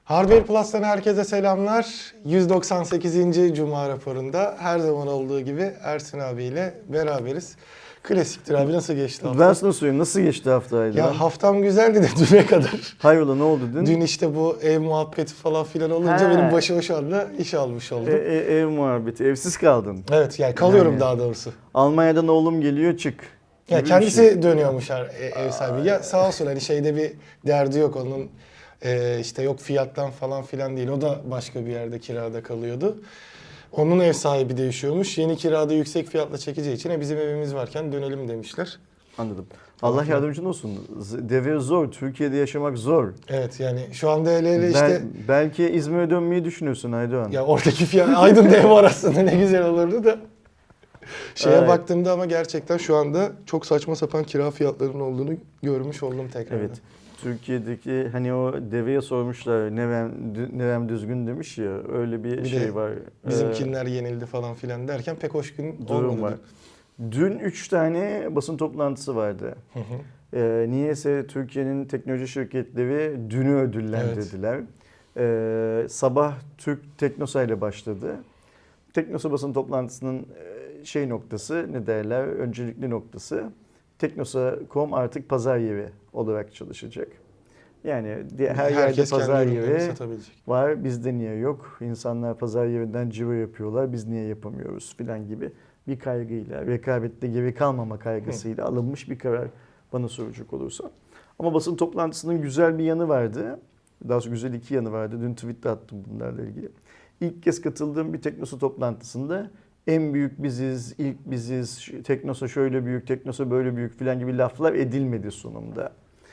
Hardware Plus'tan herkese selamlar. 198. Cuma raporunda her zaman olduğu gibi Ersin abiyle beraberiz. Klasiktir abi, nasıl geçti hafta? Ben sana söyleyeyim, nasıl geçti haftaydı? Ya haftam güzeldi de düne kadar. Hayrola, ne oldu dün? Dün işte bu ev muhabbeti falan filan olunca benim başıma şu anda iş almış oldum. Ev muhabbeti, evsiz kaldın. Evet, yani kalıyorum Yani. daha doğrusu. Almanya'dan oğlum geliyor, çık. Ya gibi kendisi bir şey. dönüyormuş ev sahibi. Ya sağ olsun, hani şeyde bir derdi yok onun. İşte yok fiyattan falan filan değil. O da başka bir yerde kirada kalıyordu. Onun ev sahibi değişiyormuş. Yeni kirada yüksek fiyatla çekeceği için bizim evimiz varken dönelim demişler. Anladım. Allah yardımcın olsun. Devir zor. Türkiye'de yaşamak zor. Evet, yani şu anda hele işte... Belki İzmir'e dönmeyi düşünüyorsun Aydoğan. Ya oradaki fiyat Aydın'da ev var aslında, ne güzel olurdu da. Evet. Baktığımda ama gerçekten şu anda çok saçma sapan kira fiyatlarının olduğunu görmüş oldum tekrardan. Evet. Türkiye'deki hani o deveye sormuşlar Nevem düzgün demiş ya, öyle bir Bir şey de var. Bizimkinler yenildi falan filan derken pek hoş gün Durum olmadı. var. Dün 3 tane basın toplantısı vardı. Hı hı. Niyeyse Türkiye'nin teknoloji şirketleri dünü ödüllendirdiler. Sabah Türk Teknosa ile başladı. Teknosa basın toplantısının noktası, ne derler, öncelikli noktası, Teknosa.com artık pazar yeri olarak çalışacak. Yani her Herkes yerde pazar kendi ürünlerini yeri satabilecek. var, bizde niye yok? İnsanlar pazar yerinden ciro yapıyorlar, biz niye yapamıyoruz filan gibi bir kaygıyla, rekabette geri kalmama kaygısıyla alınmış bir karar bana soracak olursa. Ama basın toplantısının güzel bir yanı vardı. Daha doğrusu güzel iki yanı vardı. Dün tweet'te attım bunlarla ilgili. İlk kez katıldığım bir Teknosa toplantısında en büyük biziz, ilk biziz, Teknosa şöyle büyük, Teknosa böyle büyük filan gibi laflar edilmedi sunumda.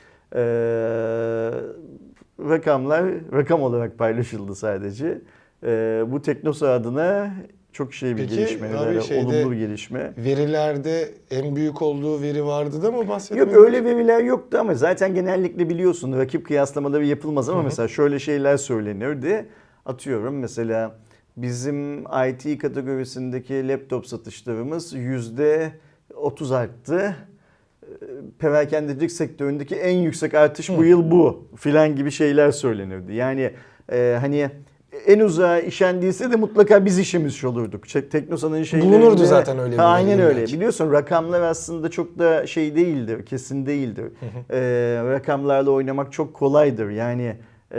Rakamlar rakam olarak paylaşıldı sadece. Bu Teknosa adına çok bir Peki, gelişme, abi olumlu bir gelişme. Verilerde en büyük olduğu veri vardı da mı bahsediyorsun? Yok, öyle veriler yoktu ama zaten genellikle biliyorsun rakip kıyaslamaları yapılmaz ama mesela şöyle şeyler söylenirdi. Atıyorum mesela bizim IT kategorisindeki laptop satışlarımız %30 arttı. Perakendecilik sektöründeki en yüksek artış bu yıl bu filan gibi şeyler söylenirdi. Yani hani en uzağa işendiyse de mutlaka biz işemiş olurduk. Teknosa'nın şeylerinde... Bulunurdu zaten öyle bir Aynen öyle. belki. Biliyorsun rakamlar aslında çok da şey değildir, kesin değildir. Rakamlarla oynamak çok kolaydır. Yani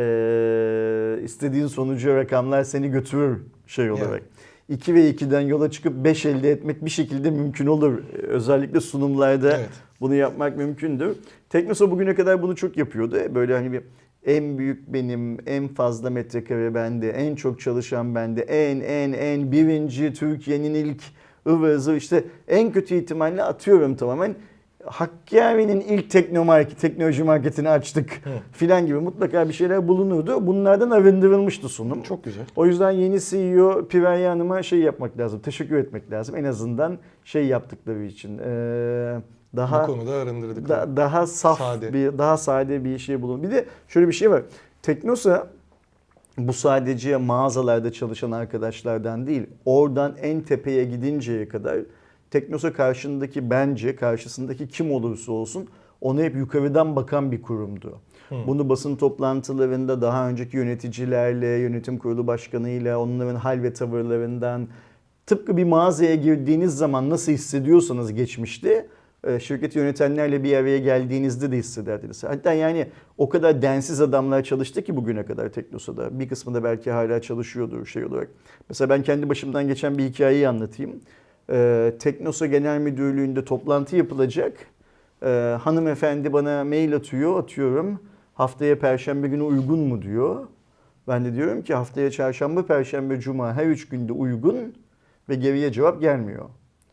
istediğin sonuca rakamlar seni götürür şey olarak. Evet. 2 ve 2'den yola çıkıp 5 elde etmek bir şekilde mümkün olur. Özellikle sunumlarda bunu yapmak mümkündür. Teknosa bugüne kadar bunu çok yapıyordu. Böyle hani bir en büyük benim, en fazla metrekare bende, en çok çalışan bende, en birinci Türkiye'nin ilk ıvı zıvı, işte en kötü ihtimalle atıyorum tamamen Hakkari'nin ilk teknoloji marketini açtık filan gibi mutlaka bir şeyler bulunurdu. Bunlardan arındırılmıştı sunum. Çok güzel. O yüzden yeni CEO Piraya Hanım'a yapmak lazım, teşekkür etmek lazım. En azından yaptıkları için. Daha bu konuda arındırdık. daha saf, daha sade bir şey bulun. Bir de şöyle bir şey var. Teknosa bu sadece mağazalarda çalışan arkadaşlardan değil, oradan en tepeye gidinceye kadar Teknosa karşısındaki kim olursa olsun ona hep yukarıdan bakan bir kurumdu. Bunu basın toplantılarında daha önceki yöneticilerle, yönetim kurulu başkanıyla, onların hal ve tavırlarından, tıpkı bir mağazaya girdiğiniz zaman nasıl hissediyorsanız geçmişte, şirketi yönetenlerle bir araya geldiğinizde de hissederdiniz. Hatta yani o kadar densiz adamlar çalıştı ki bugüne kadar Teknosa'da. Bir kısmı da belki hala çalışıyordur şey olarak. Mesela ben kendi başımdan geçen bir hikayeyi anlatayım. Teknosa Genel Müdürlüğü'nde toplantı yapılacak. Hanımefendi bana mail atıyorum. Haftaya Perşembe günü uygun mu diyor. Ben de diyorum ki haftaya Çarşamba, Perşembe, Cuma her 3 günde uygun ve geriye cevap gelmiyor.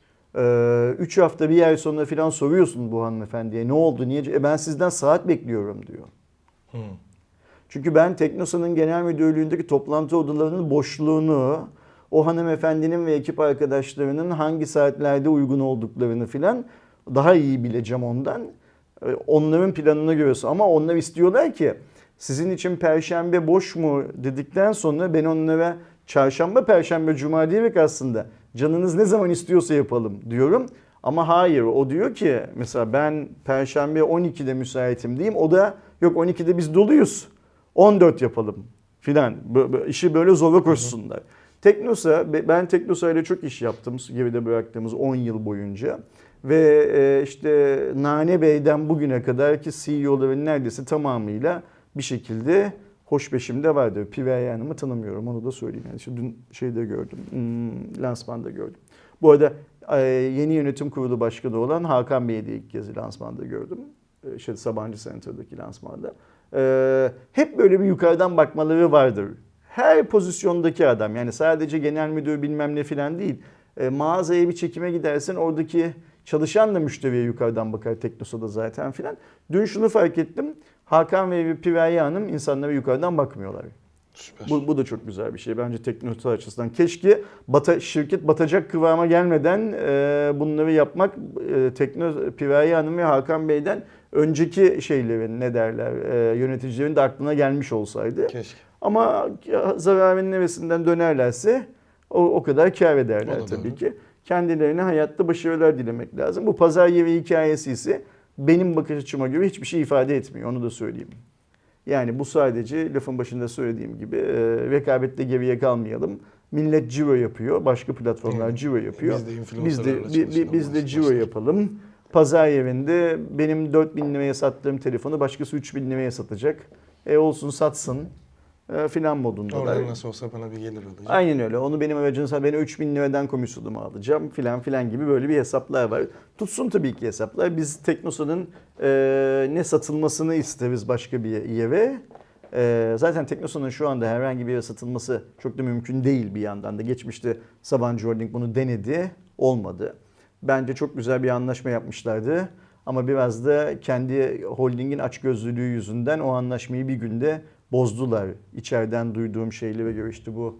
3 hafta bir ay sonra falan soruyorsun bu hanımefendiye ne oldu niye? Ben sizden saat bekliyorum diyor. Çünkü ben Teknosa'nın genel müdürlüğündeki toplantı odalarının boşluğunu, o hanımefendinin ve ekip arkadaşlarının hangi saatlerde uygun olduklarını filan daha iyi bileceğim ondan. Onların planına göre. Ama onlar istiyorlar ki sizin için Perşembe boş mu dedikten sonra ben onlara Çarşamba, Perşembe, Cuma diyerek aslında canınız ne zaman istiyorsa yapalım diyorum. Ama hayır, o diyor ki mesela ben Perşembe 12'de müsaitim diyeyim. O da yok 12'de biz doluyuz 14 yapalım filan. İşi böyle zora koşsunlar. Teknosa, ben Teknosa ile çok iş yaptım geride bıraktığımız 10 yıl boyunca. Ve işte Nane Bey'den bugüne kadar ki CEO'ların neredeyse tamamıyla bir şekilde hoşbeşimde vardı. Pivaye Hanım'ı tanımıyorum, onu da söyleyeyim. Yani işte dün şeyde gördüm, lansmanda gördüm. Bu arada yeni yönetim kurulu başkanı olan Hakan Bey'i de ilk kez lansmanda gördüm. İşte Sabancı Center'daki lansmanda. Hep böyle bir yukarıdan bakmaları vardır. Her pozisyondaki adam, yani sadece genel müdür bilmem ne filan değil. Mağazaya bir çekime gidersen oradaki çalışan da müşteriye yukarıdan bakar, Teknosa'da zaten filan. Dün şunu fark ettim. Hakan ve Pivaye Hanım insanlara yukarıdan bakmıyorlar. Süper. Bu da çok güzel bir şey bence Teknosa açısından. Keşke şirket batacak kıvama gelmeden bunları yapmak Pivaye Hanım ve Hakan Bey'den önceki şeylerin, ne derler, yöneticilerin de aklına gelmiş olsaydı. Keşke. Ama zararın neresinden dönerlerse o kadar kâr ederler tabii doğru. ki. Kendilerine hayatta başarılar dilemek lazım. Bu pazar yeri hikayesi ise benim bakış açıma göre hiçbir şey ifade etmiyor. Onu da söyleyeyim. Yani bu sadece lafın başında söylediğim gibi rekabette geriye kalmayalım. Millet ciro yapıyor. Başka platformlar ciro yapıyor. Biz de ciro yapalım. Pazar yerinde benim 4.000 liraya sattığım telefonu başkası 3.000 liraya satacak. Olsun satsın filan modundalar. Oradan nasıl olsa bana bir gelir olacak. Aynen öyle. Onu benim aracımsa beni 3.000 liradan komisyonumu alacağım filan gibi böyle bir hesaplar var. Tutsun tabii ki hesaplar. Biz Teknosa'nın ne satılmasını isteriz başka bir yere. Zaten Teknosa'nın şu anda herhangi bir yere satılması çok da mümkün değil bir yandan da. Geçmişte Sabancı Holding bunu denedi. Olmadı. Bence çok güzel bir anlaşma yapmışlardı. Ama biraz da kendi holdingin açgözlülüğü yüzünden o anlaşmayı bir günde bozdular. İçeriden duyduğum şeylere göre işte bu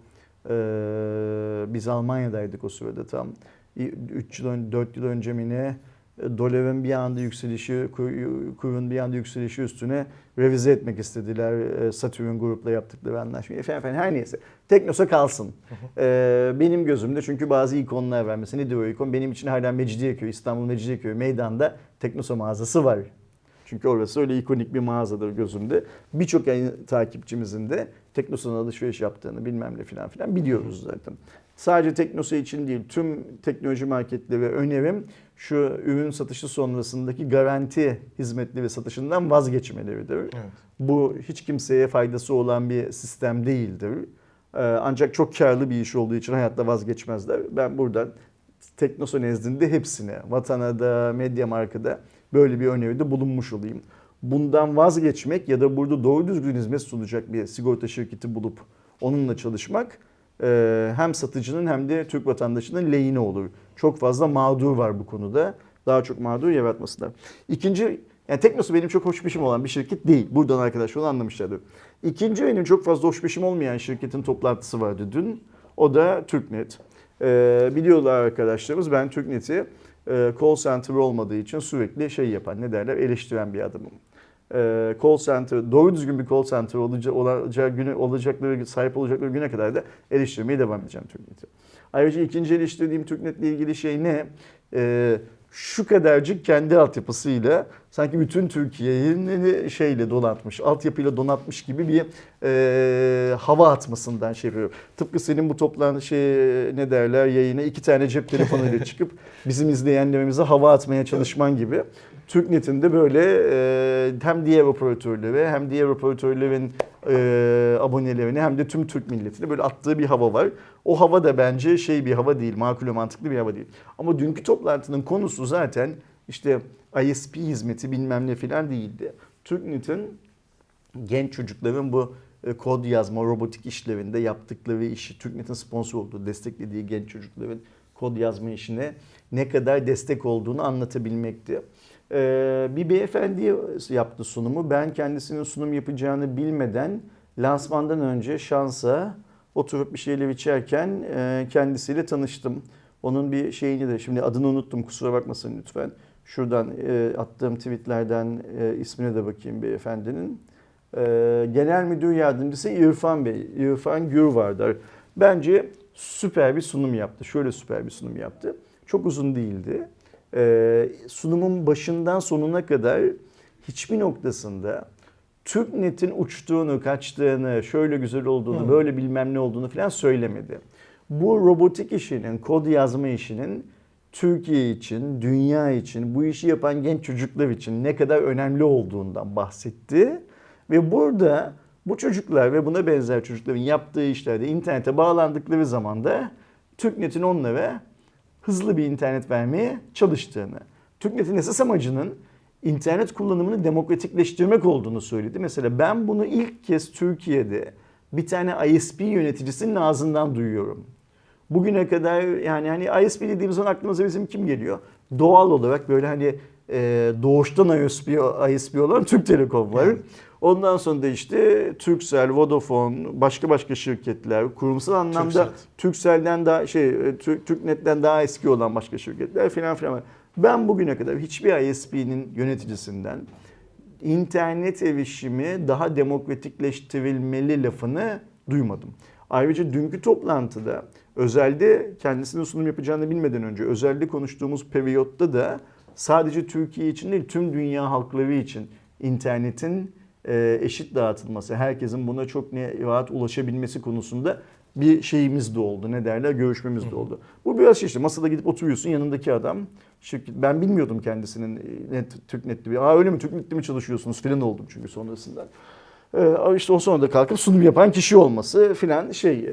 biz Almanya'daydık o sırada tam 3 yıl 4 yıl önce mi ne, doların bir anda yükselişi, kurun bir anda yükselişi üstüne revize etmek istediler Saturn Group'la yaptıkları anlaşmayı. Efendim her neyse. Teknosa kalsın. Benim gözümde çünkü bazı ikonlar var. Mesela nedir o ikon? Benim için hala Mecidiyeköy, İstanbul Mecidiyeköy meydanda Teknosa mağazası var. Çünkü orası öyle ikonik bir mağazadır gözümde. Birçok takipçimizin de Teknosa'nın alışveriş yaptığını bilmem ne filan biliyoruz zaten. Sadece Teknosa için değil, tüm teknoloji marketleri ve önerim şu ürün satışı sonrasındaki garanti hizmetleri satışından vazgeçmeleridir. Evet. Bu hiç kimseye faydası olan bir sistem değildir. Ancak çok karlı bir iş olduğu için hayatta vazgeçmezler. Ben buradan Teknosa nezdinde hepsine, Vatana da, Mediamarkt'da böyle bir öneride bulunmuş olayım. Bundan vazgeçmek ya da burada doğru düzgün hizmet sunacak bir sigorta şirketi bulup onunla çalışmak hem satıcının hem de Türk vatandaşının lehine olur. Çok fazla mağdur var bu konuda. Daha çok mağdur yaratmasınlar. İkinci, yani Teknosa benim çok hoşbeşim olan bir şirket değil. Buradan arkadaşlar onu anlamışlardır. İkinci benim çok fazla hoşbeşim olmayan şirketin toplantısı vardı dün. O da TürkNet. Biliyorlar arkadaşlarımız, ben TürkNet'i call center olmadığı için sürekli şey yapan, ne derler, eleştiren bir adamım. Call center, doğru düzgün bir call center sahip olacakları güne kadar da eleştirmeye devam edeceğim TürkNet'i. Ayrıca ikinci eleştirdiğim TürkNet'le ilgili şey ne? Şu kadarcık kendi altyapısıyla sanki bütün Türkiye'yi şeyle donatmış, altyapıyla donatmış gibi bir hava atmasından şey yapıyor. Tıpkı senin bu toplantı ne derler, yayına 2 tane cep telefonuyla çıkıp bizim izleyenlerimize hava atmaya çalışman gibi. TürkNet'in de böyle hem diğer operatörlere hem diğer operatörlerin abonelerine hem de tüm Türk milletine böyle attığı bir hava var. O hava da bence bir hava değil, makul ve mantıklı bir hava değil. Ama dünkü toplantının konusu zaten işte ISP hizmeti bilmem ne filan değildi. TürkNet'in genç çocukların bu kod yazma, robotik işlerinde yaptıkları işi, TürkNet'in sponsor olduğu, desteklediği genç çocukların kod yazma işine ne kadar destek olduğunu anlatabilmekti. Bir beyefendi yaptı sunumu. Ben kendisinin sunum yapacağını bilmeden lansmandan önce şansa oturup bir şeyler içerken kendisiyle tanıştım. Onun bir şeyini de şimdi adını unuttum, kusura bakmasın lütfen. Şuradan attığım tweetlerden ismine de bakayım beyefendinin. Genel Müdür Yardımcısı İrfan Bey, İrfan Gürvardar. Bence süper bir sunum yaptı. Şöyle süper bir sunum yaptı. Çok uzun değildi. Sunumun başından sonuna kadar hiçbir noktasında TürkNet'in uçtuğunu, kaçtığını, şöyle güzel olduğunu, böyle bilmem ne olduğunu falan söylemedi. Bu robotik işinin, kod yazma işinin Türkiye için, dünya için, bu işi yapan genç çocuklar için ne kadar önemli olduğundan bahsetti. Ve burada bu çocuklar ve buna benzer çocukların yaptığı işlerde internete bağlandıkları zaman da TürkNet'in onlara hızlı bir internet vermeye çalıştığını, TürkNet'in esas amacının internet kullanımını demokratikleştirmek olduğunu söyledi. Mesela ben bunu ilk kez Türkiye'de bir tane ISP yöneticisinin ağzından duyuyorum. Bugüne kadar yani hani ISP dediğimiz zaman aklımıza bizim kim geliyor? Doğal olarak böyle hani doğuştan ISP olan Türk Telekom var. Ondan sonra da işte Turkcell, Vodafone, başka şirketler, kurumsal anlamda Turkcell'den daha TürkNet'ten daha eski olan başka şirketler filan filan var. Ben bugüne kadar hiçbir ISP'nin yöneticisinden internet erişimi daha demokratikleştirilmeli lafını duymadım. Ayrıca dünkü toplantıda özelde kendisinin sunum yapacağını bilmeden önce özelde konuştuğumuz periyotta da sadece Türkiye için değil tüm dünya halkları için internetin eşit dağıtılması, herkesin buna çok rahat ulaşabilmesi konusunda bir şeyimiz de oldu. Ne derler? Görüşmemiz de oldu. Bu biraz işte masada gidip oturuyorsun yanındaki adam. Ben bilmiyordum kendisinin TürkNet'li bir. Öyle mi? TürkNet'li mi çalışıyorsunuz filan oldum çünkü sonrasında. İşte o sonra da kalkıp sunum yapan kişi olması filan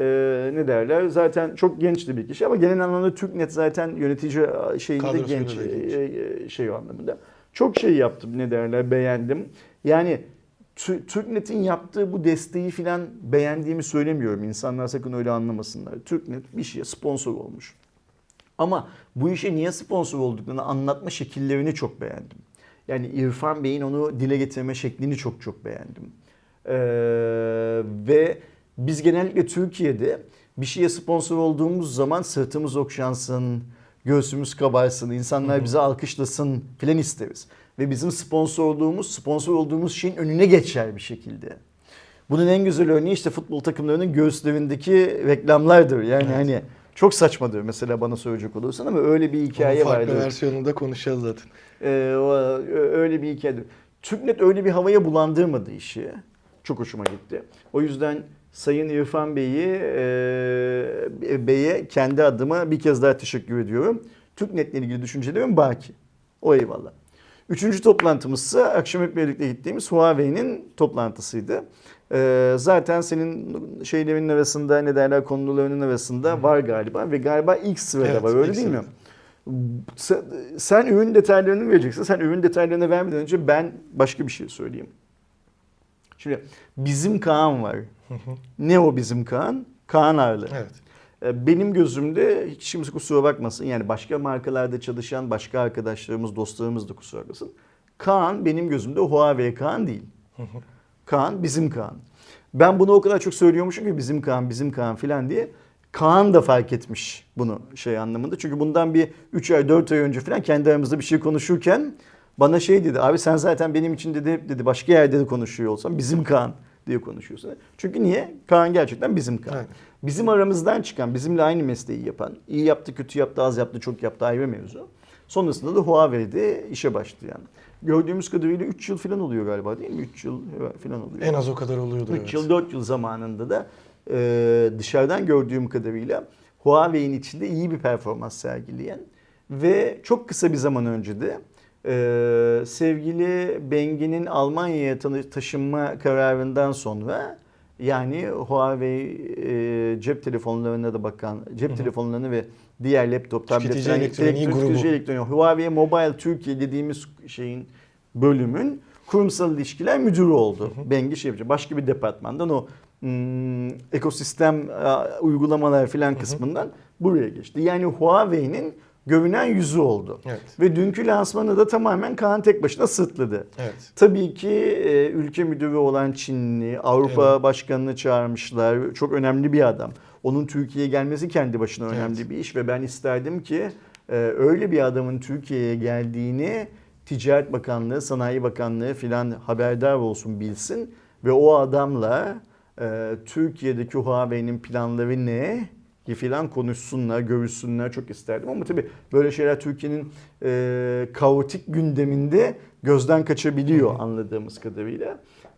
ne derler? Zaten çok gençti bir kişi ama genel anlamda TürkNet zaten yönetici şeyinde genç şey o anlamında. Çok şey yaptım ne derler beğendim. Yani TürkNet'in yaptığı bu desteği filan beğendiğimi söylemiyorum. İnsanlar sakın öyle anlamasınlar. TürkNet bir şeye sponsor olmuş. Ama bu işe niye sponsor olduklarını anlatma şekillerini çok beğendim. Yani İrfan Bey'in onu dile getirme şeklini çok beğendim. Ve biz genellikle Türkiye'de bir şeye sponsor olduğumuz zaman sırtımız okşansın, göğsümüz kabarsın, insanlar bizi alkışlasın filan isteriz. Ve bizim sponsor olduğumuz şeyin önüne geçer bir şekilde. Bunun en güzel örneği işte futbol takımlarının göğüslerindeki reklamlardır. Yani hani çok saçmadır mesela bana söyleyecek olursan ama öyle bir hikaye vardır. Farklı versiyonunda konuşacağız zaten. Öyle bir hikayedir. TürkNet öyle bir havaya bulandırmadı işi. Çok hoşuma gitti. O yüzden Sayın İrfan Bey'e kendi adıma bir kez daha teşekkür ediyorum. TürkNet'le ilgili düşüncelerim baki. O eyvallah. Üçüncü toplantımız ise akşam hep birlikte gittiğimiz Huawei'nin toplantısıydı. Zaten senin şeylerin arasında ne derler konularının arasında var galiba ve galiba ilk sırada var öyle değil mi? Sen ürün detaylarını vereceksin. Sen ürün detaylarını vermeden önce ben başka bir şey söyleyeyim. Şimdi bizim Kaan var. Ne o bizim Kaan? Kaan Arlı. Evet. Benim gözümde hiç kimse kusura bakmasın. Yani başka markalarda çalışan başka arkadaşlarımız, dostlarımız da kusura bakmasın. Kaan benim gözümde Huawei Kaan değil. Kaan bizim Kaan. Ben bunu o kadar çok söylüyormuşum ki bizim Kaan filan diye. Kaan da fark etmiş bunu şey anlamında. Çünkü bundan bir 3 ay 4 ay önce filan kendi aramızda bir şey konuşurken bana şey dedi. Abi sen zaten benim için dedi başka yerde de konuşuyor olsam bizim Kaan diye konuşuyorsun. Çünkü niye? Kaan gerçekten bizim Kaan. Evet. Bizim aramızdan çıkan, bizimle aynı mesleği yapan, iyi yaptı, kötü yaptı, az yaptı, çok yaptı ayrı mevzu. Sonrasında da Huawei'de işe başlayan. Gördüğümüz kadarıyla 3 yıl falan oluyor galiba değil mi? 3 yıl falan oluyor. En az o kadar oluyordur. 3 yıl, 4 yıl zamanında da dışarıdan gördüğüm kadarıyla Huawei'nin içinde iyi bir performans sergileyen ve çok kısa bir zaman önce de sevgili Bengi'nin Almanya'ya taşınma kararından sonra yani Huawei cep telefonlarına da bakan, cep telefonlarını ve diğer laptop, tabletler, elektronik Huawei Mobile Türkiye dediğimiz şeyin bölümün kurumsal ilişkiler müdürü oldu. Bengi şey yapacak. Başka bir departmandan o ekosistem uygulamalar filan kısmından buraya geçti. Yani Huawei'nin görünen yüzü oldu. Evet. Ve dünkü lansmanı da tamamen Kaan tek başına sırtladı. Evet. Tabii ki ülke müdürü olan Çinli, Avrupa Başkanı'nı çağırmışlar. Çok önemli bir adam. Onun Türkiye'ye gelmesi kendi başına önemli bir iş ve ben isterdim ki öyle bir adamın Türkiye'ye geldiğini Ticaret Bakanlığı, Sanayi Bakanlığı filan haberdar olsun, bilsin ve o adamla Türkiye'deki Huawei'nin planları ne filan konuşsunlar, görüşsünler, çok isterdim. Ama tabii böyle şeyler Türkiye'nin kaotik gündeminde gözden kaçabiliyor anladığımız kadarıyla.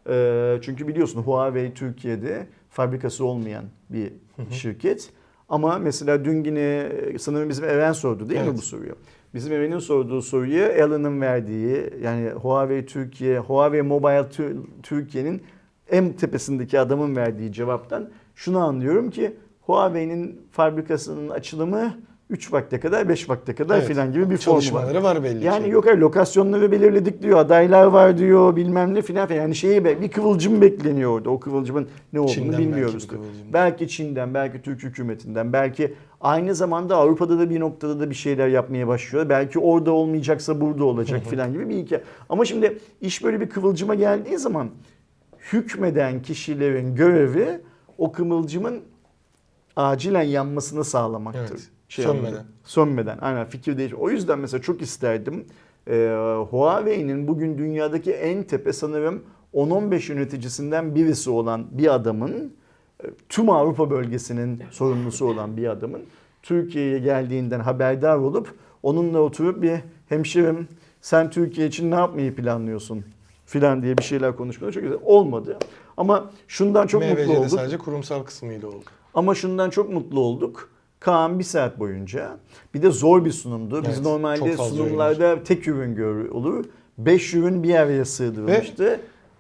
Çünkü biliyorsun Huawei Türkiye'de fabrikası olmayan bir şirket. Ama mesela dün yine sanırım bizim Eren sordu değil mi bu soruyu? Bizim Eren'in sorduğu soruyu Alan'ın verdiği, yani Huawei Türkiye, Huawei Mobile Türkiye'nin en tepesindeki adamın verdiği cevaptan şunu anlıyorum ki Huawei'nin fabrikasının açılımı 3 vakte kadar 5 vakte kadar filan gibi bir formu var. Çalışmaları var belli yani ki. yok hayır, lokasyonları belirledik diyor, adaylar var diyor, bilmem ne filan. Yani bir kıvılcım bekleniyor orada. O kıvılcımın ne olduğunu Çin'den bilmiyoruz. Belki Çin'den, belki Türk hükümetinden, belki aynı zamanda Avrupa'da da bir noktada da bir şeyler yapmaya başlıyor. Belki orada olmayacaksa burada olacak filan gibi bir hikaye. Ama şimdi iş böyle bir kıvılcıma geldiği zaman hükmeden kişilerin görevi o kıvılcımın acilen yanmasını sağlamaktır. Evet. Sönmeden. Sönmeden. Aynen, fikir değişiyor. O yüzden mesela çok isterdim Huawei'nin bugün dünyadaki en tepe sanırım 10-15 yöneticisinden birisi olan bir adamın, tüm Avrupa bölgesinin sorumlusu olan bir adamın Türkiye'ye geldiğinden haberdar olup onunla oturup bir hemşerim sen Türkiye için ne yapmayı planlıyorsun filan diye bir şeyler konuşmaları çok güzel. Olmadı. Ama şundan çok mutlu MVC'de olduk. sadece kurumsal kısmıyla oldu. Ama şundan çok mutlu olduk. Kaan 1 saat boyunca, bir de zor bir sunumdu. Biz normalde sunumlarda tek ürün olur. 5 ürün bir araya sığdırılmıştı.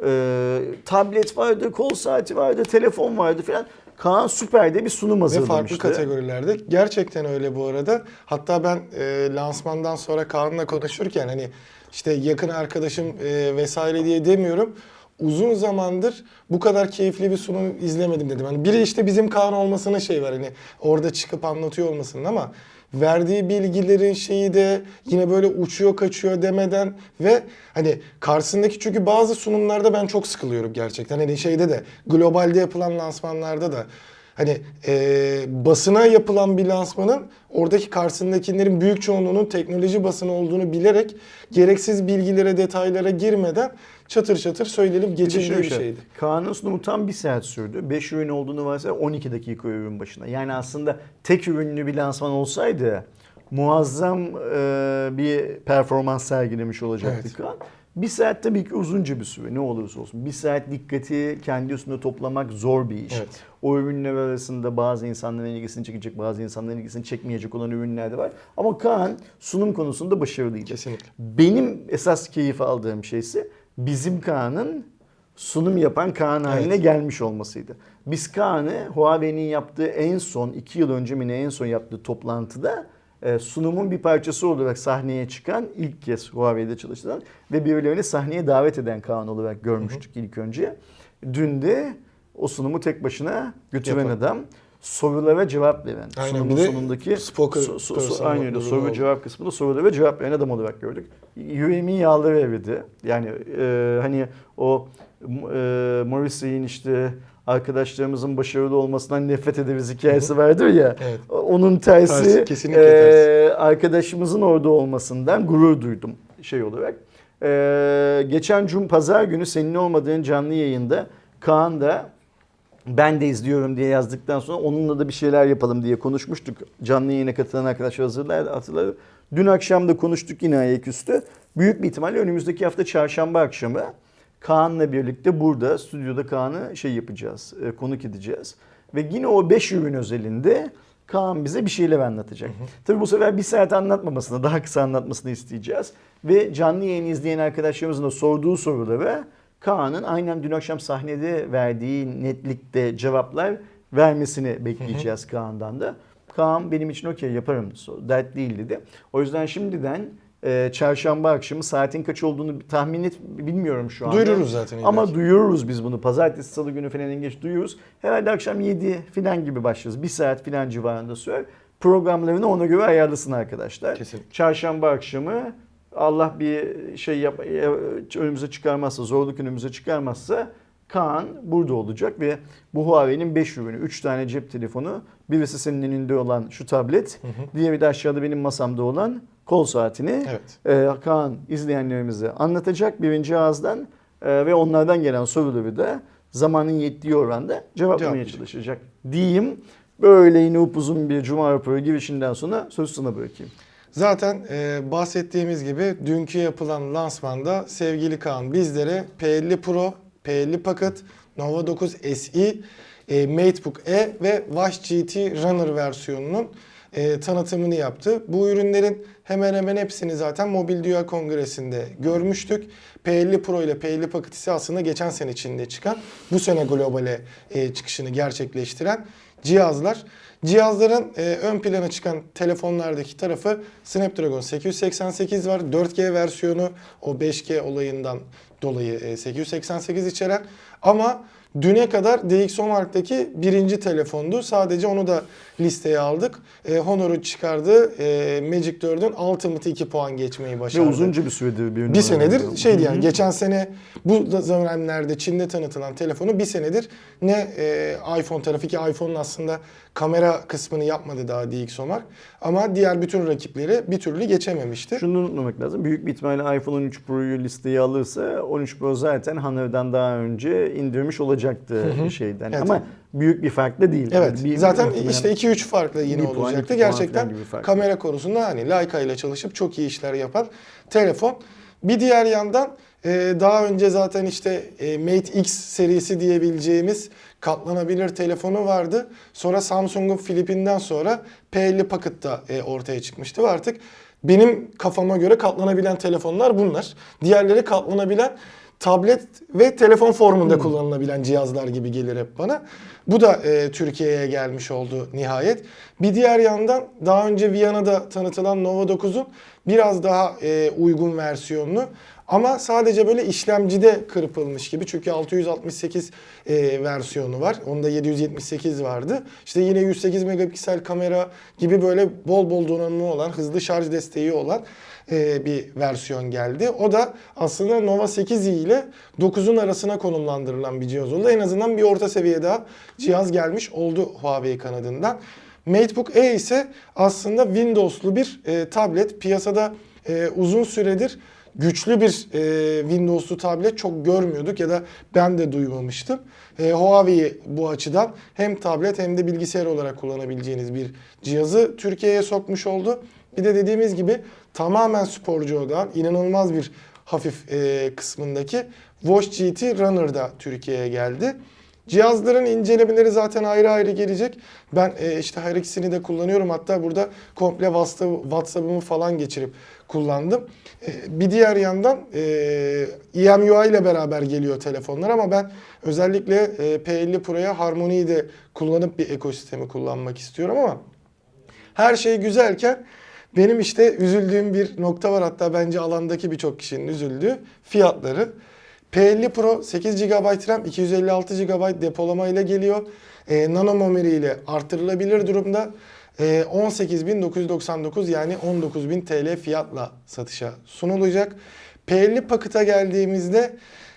Tablet vardı, kol saati vardı, telefon vardı falan. Kaan süper de bir sunum hazırlamıştı. Ve farklı kategorilerde. Gerçekten öyle bu arada. Hatta ben lansmandan sonra Kaan'la konuşurken hani işte yakın arkadaşım vesaire diye demiyorum. Uzun zamandır bu kadar keyifli bir sunum izlemedim dedim. Hani biri işte bizim Kaan olmasına şey var, hani orada çıkıp anlatıyor olmasının, ama verdiği bilgilerin şeyi de yine böyle uçuyor kaçıyor demeden ve hani karşısındaki, çünkü bazı sunumlarda ben çok sıkılıyorum gerçekten. Hani şeyde de, globalde yapılan lansmanlarda da hani basına yapılan bir lansmanın oradaki karşısındakilerin büyük çoğunluğunun teknoloji basını olduğunu bilerek gereksiz bilgilere, detaylara girmeden çatır çatır söylenip geçildiği bir şeydi. Kaan'ın sunumu tam 1 saat sürdü. 5 ürün olduğunu varsa 12 dakika ürün başına. Yani aslında tek ürünlü bir lansman olsaydı muazzam bir performans sergilemiş olacaktı Kaan. 1 saat tabii ki uzunca bir süre, ne olursa olsun. 1 saat dikkati kendi üstünde toplamak zor bir iş. O ürünler arasında bazı insanların ilgisini çekecek, bazı insanların ilgisini çekmeyecek olan ürünler de var. Ama Kaan sunum konusunda başarılıydı. Kesinlikle. Benim esas keyif aldığım şeyse bizim Kaan'ın sunum yapan Kaan haline gelmiş olmasıydı. Biz Kaan'ı Huawei'nin yaptığı en son 2 yıl önce mi en son yaptığı toplantıda sunumun bir parçası olarak sahneye çıkan, ilk kez Huawei'de çalışan ve birilerini sahneye davet eden Kaan olarak görmüştük ilk önce. Dün de o sunumu tek başına götüren adam, sorulara cevap veren, sunumun sonundaki aynı öyle soru ve cevap kısmında sorulara cevap veren adam olarak gördük. Yüreğimin yağları eridi. Yani hani o Morrissey'in işte arkadaşlarımızın başarılı olmasından nefret ederiz hikayesi vardır ya. Onun tersi kesinlikle tersi. Arkadaşımızın orada olmasından gurur duydum şey olarak. Geçen pazar günü senin olmadığın canlı yayında Kaan da ben de izliyorum diye yazdıktan sonra onunla da bir şeyler yapalım diye konuşmuştuk. Canlı yayına katılan arkadaşlar hatırlar. Dün akşam da konuştuk yine ayaküstü. Büyük bir ihtimalle önümüzdeki hafta çarşamba akşamı Kaan'la birlikte burada stüdyoda Kaan'ı yapacağız, konuk edeceğiz. Ve yine o 5 ürün özelinde Kaan bize bir şeyler anlatacak. Tabii bu sefer 1 saat anlatmamasını, daha kısa anlatmasını isteyeceğiz. Ve canlı yayını izleyen arkadaşlarımızın da sorduğu sorulara Kaan'ın aynen dün akşam sahnede verdiği netlikte cevaplar vermesini bekleyeceğiz Kaan'dan da. Kaan benim için okey yaparım, dert değil dedi. O yüzden şimdiden çarşamba akşamı saatin kaç olduğunu tahmin bilmiyorum şu anda. Duyururuz zaten. Ama duyururuz biz bunu. Pazartesi, salı günü falan en geç duyururuz. Herhalde akşam 7 falan gibi başlarız. 1 saat falan civarında sürer. Programlarını ona göre ayarlasın arkadaşlar. Kesinlikle. Çarşamba akşamı Allah bir şey önümüze çıkarmazsa, zorluk önümüze çıkarmazsa Kaan burada olacak ve bu Huawei'nin 5 ürünü, 3 tane cep telefonu, birisi senin elinde olan şu tablet, diğeri de aşağıda benim masamda olan kol saatini Kaan izleyenlerimize anlatacak birinci ağızdan ve onlardan gelen soruları da zamanın yettiği oranda cevaplamaya çalışacak diyeyim. Böyle yine upuzun bir Cuma raporu girişinden sonra sözü sana bırakayım. Zaten bahsettiğimiz gibi dünkü yapılan lansmanda sevgili Kaan bizlere P50 Pro P50 Pocket, Nova 9 SE, MateBook E ve Watch GT Runner versiyonunun tanıtımını yaptı. Bu ürünlerin hemen hemen hepsini zaten Mobil Dünya Kongresi'nde görmüştük. P50 Pro ile P50 Pocket ise aslında geçen sene Çin'de çıkan, bu sene globale çıkışını gerçekleştiren cihazlar. Cihazların ön plana çıkan telefonlardaki tarafı Snapdragon 888 var. 4G versiyonu, o 5G olayından dolayı 888 içeren, ama düne kadar DxOMark'taki birinci telefondu. Sadece onu da listeye aldık. Honor'un çıkardığı Magic 4'ün Ultimate 2 puan geçmeyi başardı. Ve uzunca bir süredir bir senedir şeydi yani, geçen sene bu zamanlarda Çin'de tanıtılan telefonu bir senedir ne iPhone tarafı, ki iPhone'un aslında kamera kısmını yapmadı daha DxOMark, ama diğer bütün rakipleri bir türlü geçememişti. Şunu unutmamak lazım. Büyük bir ihtimalle iPhone 13 Pro'yu listeye alırsa 13 Pro zaten Honor'dan daha önce indirmiş olacaktı şeyden. Evet. Ama büyük bir fark da değil. Evet. Yani zaten işte 2-3 farklı yine bir puan, olacaktı. 2 puan Gerçekten falan gibi fark. kamera konusunda hani Leica ile çalışıp çok iyi işler yapan telefon. Bir diğer yandan daha önce zaten işte Mate X serisi diyebileceğimiz katlanabilir telefonu vardı. Sonra Samsung'un Flip'inden sonra P50 Pocket da ortaya çıkmıştı ve artık benim kafama göre katlanabilen telefonlar bunlar. Diğerleri katlanabilen tablet ve telefon formunda kullanılabilen cihazlar gibi gelir hep bana. Bu da Türkiye'ye gelmiş oldu nihayet. Bir diğer yandan daha önce Viyana'da tanıtılan Nova 9'un biraz daha uygun versiyonunu, ama sadece böyle işlemcide kırpılmış gibi. Çünkü 668 versiyonu var. Onda 778 vardı. İşte yine 108 megapiksel kamera gibi böyle bol bol donanımı olan, hızlı şarj desteği olan bir versiyon geldi. O da aslında Nova 8i ile 9'un arasına konumlandırılan bir cihaz oldu. En azından bir orta seviye daha cihaz gelmiş oldu Huawei kanadından. MateBook E ise aslında Windows'lu bir tablet. Piyasada uzun süredir güçlü bir Windows'lu tablet çok görmüyorduk ya da ben de duymamıştım. Huawei bu açıdan hem tablet hem de bilgisayar olarak kullanabileceğiniz bir cihazı Türkiye'ye sokmuş oldu. Bir de dediğimiz gibi tamamen sporcu olan, inanılmaz bir hafif kısmındaki Watch GT Runner da Türkiye'ye geldi. Cihazların incelemeleri zaten ayrı ayrı gelecek. Ben işte her ikisini de kullanıyorum. Hatta burada komple WhatsApp'ımı falan geçirip kullandım. Bir diğer yandan EMUI ile beraber geliyor telefonlar, ama ben özellikle P50 Pro'ya Harmony'yi de kullanıp bir ekosistemi kullanmak istiyorum, ama her şey güzelken benim işte üzüldüğüm bir nokta var. Hatta bence alandaki birçok kişinin üzüldüğü fiyatları. P50 Pro 8 GB RAM, 256 GB depolama ile geliyor. Nano memori ile artırılabilir durumda. 18.999 yani 19.000 TL fiyatla satışa sunulacak. P50 Pocket'a geldiğimizde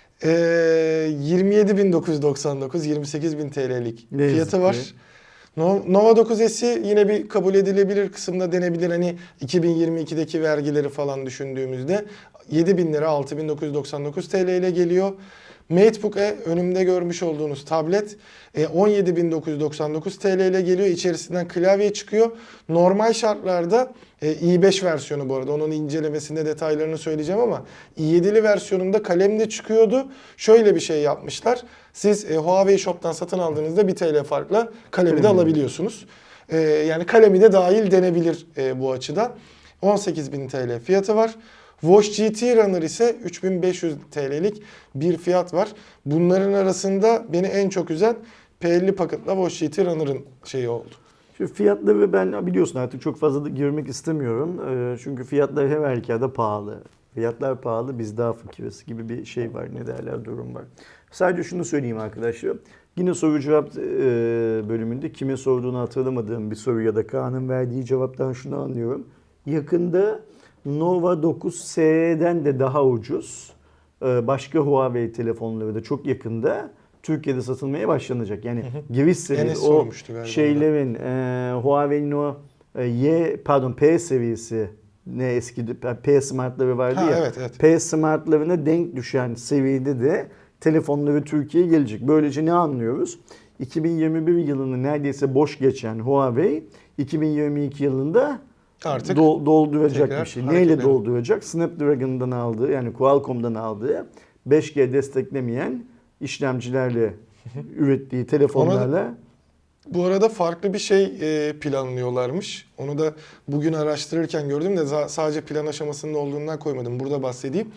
27.999, 28.000 TL'lik fiyatı var. Nova 9 SE yine bir kabul edilebilir kısımda denebilir. Hani 2022'deki vergileri falan düşündüğümüzde 7.000 lira, 6.999 TL ile geliyor. MateBook E önümde görmüş olduğunuz tablet 17.999 TL ile geliyor. İçerisinden klavye çıkıyor. Normal şartlarda i5 versiyonu bu arada. Onun incelemesinde detaylarını söyleyeceğim, ama i7'li versiyonunda kalem de çıkıyordu. Şöyle bir şey yapmışlar. Siz Huawei Shop'tan satın aldığınızda 1 TL farkla kalemi de alabiliyorsunuz. Yani kalemi de dahil denebilir bu açıdan. 18.000 TL fiyatı var. Watch GT Runner ise 3500 TL'lik bir fiyat var. Bunların arasında beni en çok üzen P50 Pocket'la Watch GT Runner'ın şeyi oldu. Şu fiyatları ben biliyorsun artık çok fazla da girmek istemiyorum. Çünkü fiyatlar her halükarda pahalı. Fiyatlar pahalı, biz daha fakiriz gibi bir şey var, ne derler, durum var. Sadece şunu söyleyeyim arkadaşlar. Yine soru cevap bölümünde kime sorduğunu hatırlamadığım bir soru ya da Kaan'ın verdiği cevaptan şunu anlıyorum. Yakında Nova 9 SE'den de daha ucuz başka Huawei telefonları da çok yakında Türkiye'de satılmaya başlanacak. Yani giriş seviyesi o şeylerin Huawei'nin o P seviyesi, ne eski P Smart'ları vardı ya. Evet. P Smart'larına denk düşen seviyede de telefonları Türkiye'ye gelecek. Böylece ne anlıyoruz? 2021 yılını neredeyse boş geçen Huawei 2022 yılında artık dolduracak bir şey. Neyle dolduracak? Snapdragon'dan aldığı, yani Qualcomm'dan aldığı 5G desteklemeyen işlemcilerle ürettiği telefonlarla. Bu arada farklı bir şey planlıyorlarmış. Onu da bugün araştırırken gördüm de sadece plan aşamasında olduğundan koymadım. Burada bahsedeyim.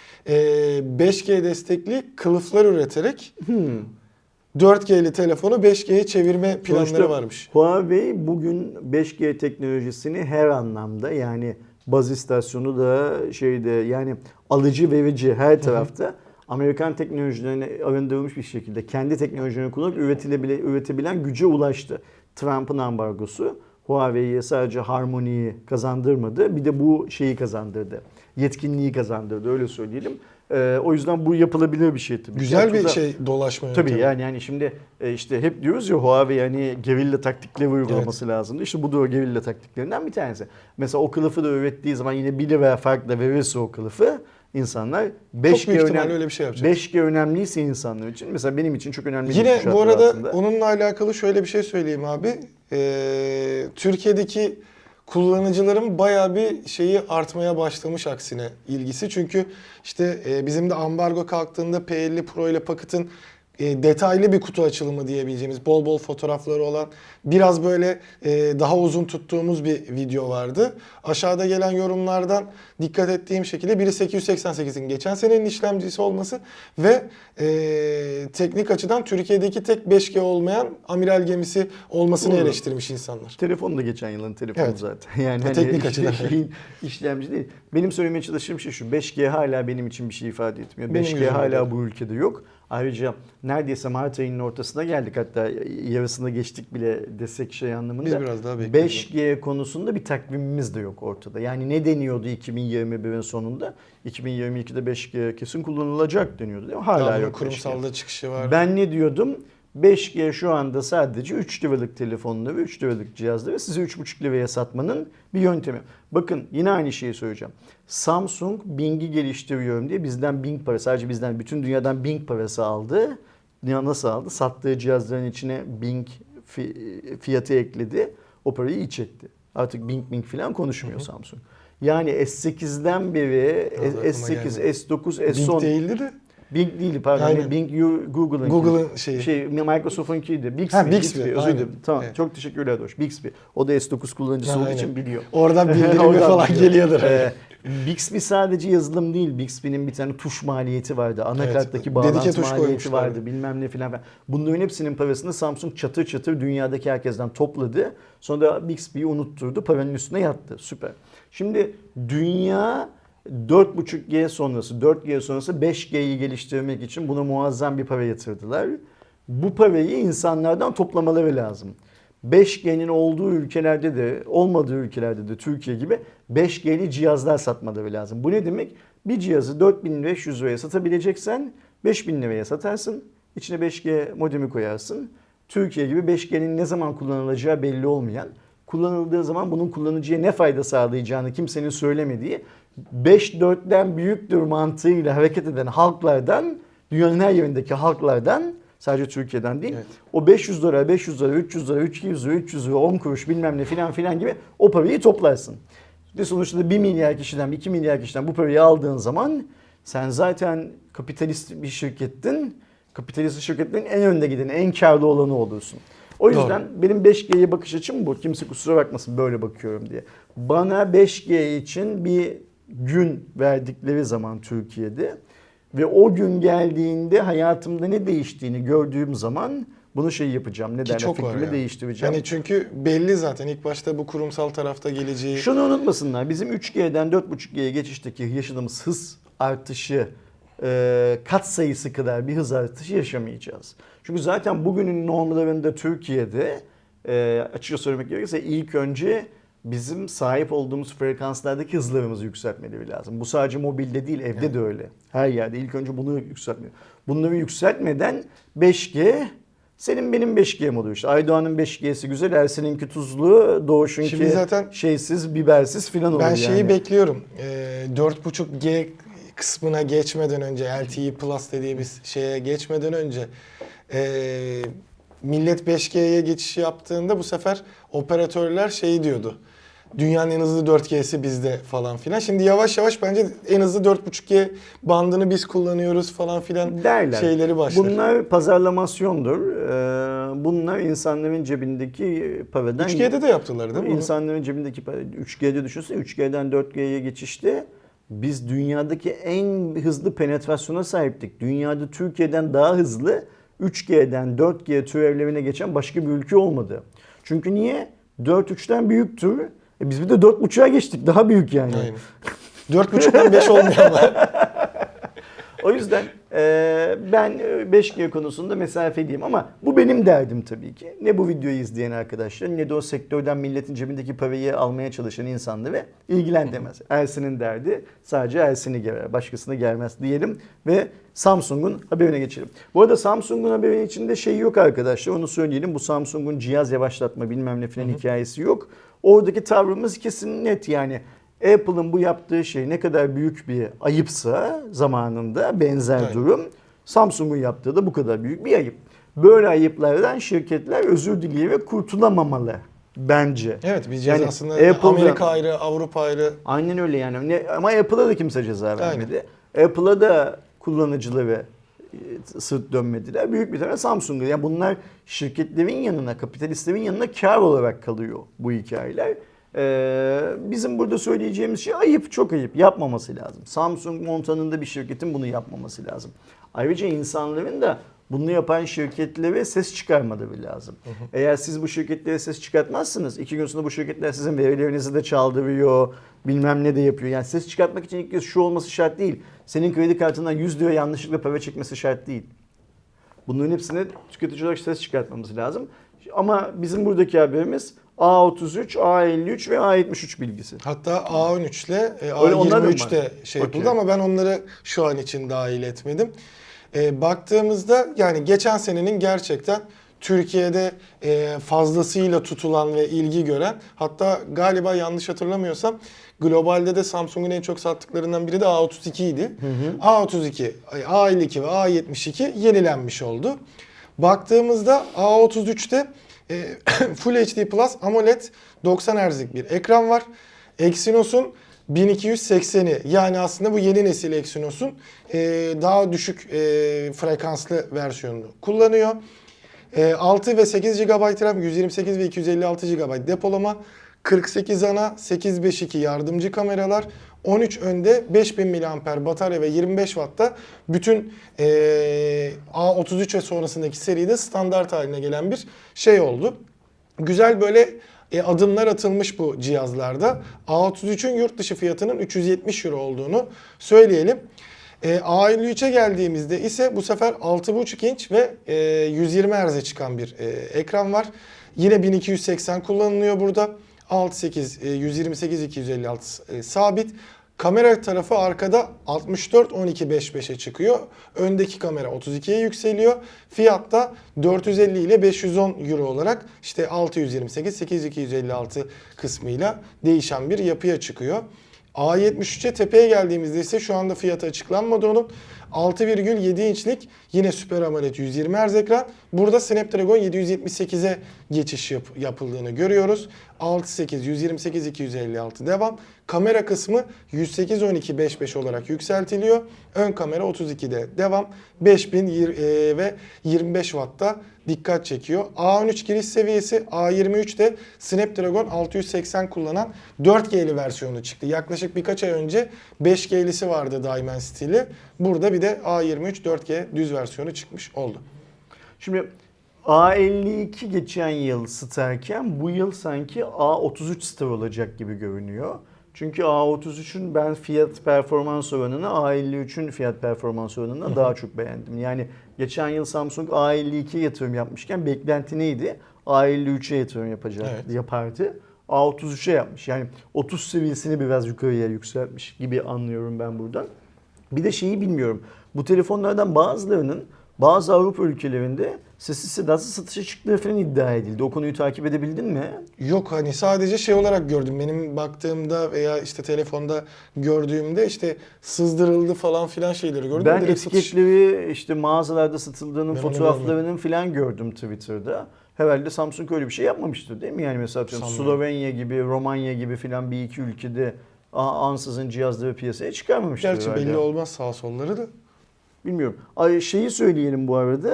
5G destekli kılıflar üreterek 4G'li telefonu 5G'ye çevirme planları Sonuçta varmış. Huawei bugün 5G teknolojisini her anlamda, yani baz istasyonu da şeyde, yani alıcı verici her tarafta Amerikan teknolojilerine arındırılmış bir şekilde kendi teknolojilerini kullanıp üretebilen güce ulaştı. Trump'ın ambargosu Huawei'ye sadece harmoniyi kazandırmadı, bir de bu şeyi kazandırdı. Yetkinliği kazandırdı, öyle söyleyelim. O yüzden bu yapılabilir bir şey tabii. Güzel bir şey, dolaşma yöntemi. Tabii yani şimdi işte hep diyoruz ya, Huawei hani gerilla taktikleri uygulaması lazımdı. İşte bu da o gerilla taktiklerinden bir tanesi. Mesela o kılıfı da ürettiği zaman yine 1 lira farkla verirse o kılıfı, insanlar 5G öyle bir şey yapacak. 5G önemliyse insanlar için, mesela benim için çok önemli. Yine bu arada altında. onunla alakalı şöyle bir şey söyleyeyim abi. Türkiye'deki kullanıcıların bayağı bir şeyi artmaya başlamış aksine ilgisi. Çünkü işte bizim de ambargo kalktığında P50 Pro ile Pocket'ın detaylı bir kutu açılımı diyebileceğimiz, bol bol fotoğrafları olan, biraz böyle daha uzun tuttuğumuz bir video vardı. Aşağıda gelen yorumlardan dikkat ettiğim şekilde biri 888'in geçen senenin işlemcisi olması ve teknik açıdan Türkiye'deki tek 5G olmayan amiral gemisi olmasını Doğru. eleştirmiş insanlar. Telefon da geçen yılın telefonu Evet. zaten. Yani hani teknik açıdan. işlemci değil. Benim söylemeye çalıştığım şey şu: 5G hala benim için bir şey ifade etmiyor. Benim 5G gözümde hala de. bu ülkede yok. Ayrıca neredeyse Mart ayının ortasına geldik, hatta yarısına geçtik bile desek şey anlamında. Biz biraz daha bekliyoruz. 5G konusunda bir takvimimiz de yok ortada. Yani ne deniyordu 2021'in sonunda? 2022'de 5G kesin kullanılacak deniyordu değil mi? Hala Daha bunun yok 5G. kurumsalda çıkışı var. Ben ne diyordum? 5G şu anda sadece 3 liralık telefonları, 3 liralık cihazları size 3,5 liraya satmanın bir yöntemi. Bakın yine aynı şeyi söyleyeceğim. Samsung Bing'i geliştiriyorum diye bizden Bing parası, sadece bizden, bütün dünyadan Bing parası aldı. Nasıl aldı? Sattığı cihazların içine Bing fiyatı ekledi. O parayı iyi çekti. Artık Bing falan konuşmuyor Samsung. Yani S8'den beri S8, S9, S10... Bing değildi de. Bing değil pardon. Aynen. Bing Google'ın Google'ın şeyi. Microsoft'unkiydi. Bixby. Bixby, Özür aynen. dilerim. Tamam. Evet. Çok teşekkürler Doğuş. Bixby. O da S9 kullanıcısı olduğu Aynen. için biliyor. Oradan bildirimi Oradan falan biliyor. geliyordur. Bixby sadece yazılım değil. Bixby'nin bir tane tuş maliyeti vardı. Anakarttaki dedike bağlantı tuş maliyeti koymuşlar. vardı. Bilmem ne filan. Bunların hepsinin parasını Samsung çatır çatır dünyadaki herkesten topladı. Sonra da Bixby'yi unutturdu. Paranın üstüne yattı. Süper. Şimdi dünya 4.5G sonrası, 4G sonrası 5G'yi geliştirmek için buna muazzam bir para yatırdılar. Bu parayı insanlardan toplamaları lazım. 5G'nin olduğu ülkelerde de, olmadığı ülkelerde de Türkiye gibi 5G'li cihazlar satmaları lazım. Bu ne demek? Bir cihazı 4.500 liraya satabileceksen 5.000 liraya satarsın. İçine 5G modemi koyarsın. Türkiye gibi 5G'nin ne zaman kullanılacağı belli olmayan, kullanıldığı zaman bunun kullanıcıya ne fayda sağlayacağını kimsenin söylemediği, 5-4'ten büyüktür mantığıyla hareket eden halklardan, dünyanın her yerindeki halklardan, sadece Türkiye'den değil, Evet. o 500 dolar, 500 dolar, 300 dolar, 200 lira, 300 lira, 10 kuruş bilmem ne filan filan gibi o parayı toplarsın. Ve sonuçta da 1 milyar kişiden, 2 milyar kişiden bu parayı aldığın zaman sen zaten kapitalist bir şirkettin. Kapitalist şirketlerin en önde gideni, en karlı olanı olursun. O yüzden benim 5G'ye bakış açım bu. Kimse kusura bakmasın böyle bakıyorum diye. Bana 5G için bir gün verdikleri zaman Türkiye'de ve o gün geldiğinde hayatımda ne değiştiğini gördüğüm zaman bunu yapacağım. Ne derler, çok var fikrimi ya. değiştireceğim. Yani çünkü belli zaten ilk başta bu kurumsal tarafta geleceği. Şunu unutmasınlar. Bizim 3G'den 4.5G'ye geçişteki yaşadığımız hız artışı kat sayısı kadar bir hız artışı yaşamayacağız. Çünkü zaten bugünün normlarında Türkiye'de açıkça söylemek gerekirse ilk önce bizim sahip olduğumuz frekanslardaki hızlarımızı yükseltmeleri lazım. Bu sadece mobilde değil, evde de öyle. Her yerde ilk önce bunu yükseltmeli. Bunları yükseltmeden 5G, senin benim 5G'm oluyor işte. Aydoğan'ın 5G'si güzel, Ersin'inki tuzlu, Doğuş'unki zaten şeysiz, bibersiz filan oluyor. Ben şeyi yani. bekliyorum. 4.5G kısmına geçmeden önce, LTE Plus dediğimiz şeye geçmeden önce millet 5G'ye geçiş yaptığında bu sefer operatörler şey diyordu. dünyanın en hızlı 4G'si bizde falan filan. Şimdi yavaş yavaş bence en hızlı 4.5G bandını biz kullanıyoruz falan filan derler. şeyleri başlar. Bunlar pazarlamasyondur. Bunlar insanların cebindeki paradan... 3G'de de yaptılar değil mi? İnsanların cebindeki para... 3G'de düşünsene, 3G'den 4G'ye geçişte biz dünyadaki en hızlı penetrasyona sahiptik. Dünyada Türkiye'den daha hızlı 3G'den 4G türevlerine geçen başka bir ülke olmadı. Çünkü niye? 4.3'ten büyüktür. Biz bir de 4.5'a geçtik. Daha büyük yani. Aynen. 4.5'dan 5 olmayan var. O yüzden ben 5G konusunda mesafeliyim ama bu benim derdim tabii ki. Ne bu videoyu izleyen arkadaşlar ne de o sektörden milletin cebindeki parayı almaya çalışan insanları ilgilendirmez. Ersin'in derdi sadece Ersin'i gelir, başkasına gelmez diyelim ve Samsung'un haberine geçelim. Bu arada Samsung'un haberinin içinde şey yok arkadaşlar, onu söyleyelim. Bu Samsung'un cihaz yavaşlatma bilmem ne falan hikayesi yok. Oradaki tavrımız kesin net yani. Apple'ın bu yaptığı şey ne kadar büyük bir ayıpsa zamanında benzer durum, Samsung'un yaptığı da bu kadar büyük bir ayıp. Böyle ayıplardan şirketler özür dileyerek kurtulamamalı bence. Evet, biz yani aslında Apple'da, Amerika ayrı, Avrupa ayrı. aynen öyle yani. Ama Apple'a da kimse ceza vermedi. Apple'a da kullanıcıları sırt dönmediler. Büyük bir tane Samsung'a. Yani bunlar şirketlerin yanına, kapitalistlerin yanına kar olarak kalıyor bu hikayeler. Bizim burada söyleyeceğimiz şey ayıp, çok ayıp. Yapmaması lazım. Samsung montanında bir şirketin bunu yapmaması lazım. Ayrıca insanların da bunu yapan şirketlere ses çıkarmaları lazım. Eğer siz bu şirketlere ses çıkartmazsınız, 2 gün sonra bu şirketler sizin verilerinizi de çaldırıyor, bilmem ne de yapıyor. Yani ses çıkartmak için ilk kez şu olması şart değil. Senin kredi kartından 100 lira yanlışlıkla para çekmesi şart değil. Bunların hepsine tüketici olarak ses çıkartmamız lazım. Ama bizim buradaki haberimiz A33, A53 ve A73 bilgisi. Hatta A13 ile A23 de şey yapıldı ama ben onları şu an için dahil etmedim. Baktığımızda yani geçen senenin gerçekten Türkiye'de fazlasıyla tutulan ve ilgi gören, hatta galiba yanlış hatırlamıyorsam globalde de Samsung'un en çok sattıklarından biri de A32 idi. A32, A52 ve A72 yenilenmiş oldu. Baktığımızda A33'te Full HD Plus AMOLED 90 Hz'lik bir ekran var. Exynos'un 1280'i, yani aslında bu yeni nesil Exynos'un daha düşük frekanslı versiyonunu kullanıyor. 6 ve 8 GB RAM, 128 ve 256 GB depolama, 48 ana, 852 yardımcı kameralar, 13 önde, 5000 mAh batarya ve 25 Watt'ta bütün A33 ve sonrasındaki seride standart haline gelen bir şey oldu. Güzel böyle adımlar atılmış bu cihazlarda. A33'ün yurt dışı fiyatının 370 euro olduğunu söyleyelim. A53'e geldiğimizde ise bu sefer 6.5 inç ve 120 Hz'e çıkan bir ekran var. Yine 1280 kullanılıyor burada. 6.8, 128, 256 sabit. Kamera tarafı arkada 64, 12, 5.5'e çıkıyor. Öndeki kamera 32'ye yükseliyor. Fiyat da 450 ile 510 euro olarak işte 628, 8256 kısmıyla değişen bir yapıya çıkıyor. A73'e tepeye geldiğimizde ise şu anda fiyatı açıklanmadı onun. 6,7 inçlik yine Super AMOLED 120 Hz ekran. Burada Snapdragon 778'e geçiş yapıldığını görüyoruz. 6.8, 128, 256 devam. Kamera kısmı 108, 12, 5.5 olarak yükseltiliyor. Ön kamera 32'de devam. 5000 ve 25 Watt'ta dikkat çekiyor. A13 giriş seviyesi, A23'te Snapdragon 680 kullanan 4G'li versiyonu çıktı. Yaklaşık birkaç ay önce 5G'lisi vardı Dimensity. Burada bir de A23 4G düz versiyonu çıkmış oldu. Şimdi A52 geçen yıl starken bu yıl sanki A33 star olacak gibi görünüyor. Çünkü A33'ün ben fiyat performans oranını A53'ün fiyat performans oranına daha çok beğendim. Yani geçen yıl Samsung A52'ye yatırım yapmışken beklenti neydi? A53'e yatırım yapardı. A33'e yapmış. Yani 30 seviyesini biraz yukarıya yükseltmiş gibi anlıyorum ben buradan. Bir de şeyi bilmiyorum. Bu telefonlardan bazılarının bazı Avrupa ülkelerinde sessiz sedasız satışa çıktığı falan iddia edildi. O konuyu takip edebildin mi? Yok, hani sadece şey olarak gördüm. Benim baktığımda veya işte telefonda gördüğümde işte sızdırıldı falan filan şeyleri gördüm. Ben direkt etiketleri işte mağazalarda satıldığının Ben fotoğraflarının falan gördüm Twitter'da. Herhalde Samsung öyle bir şey yapmamıştır değil mi? Yani mesela atıyorum Sanmıyorum. Slovenya gibi, Romanya gibi filan bir iki ülkede ansızın cihazları piyasaya çıkarmamıştır Gerçi herhalde. belli olmaz sağ solları da. Bilmiyorum. Ay, şeyi söyleyelim bu arada.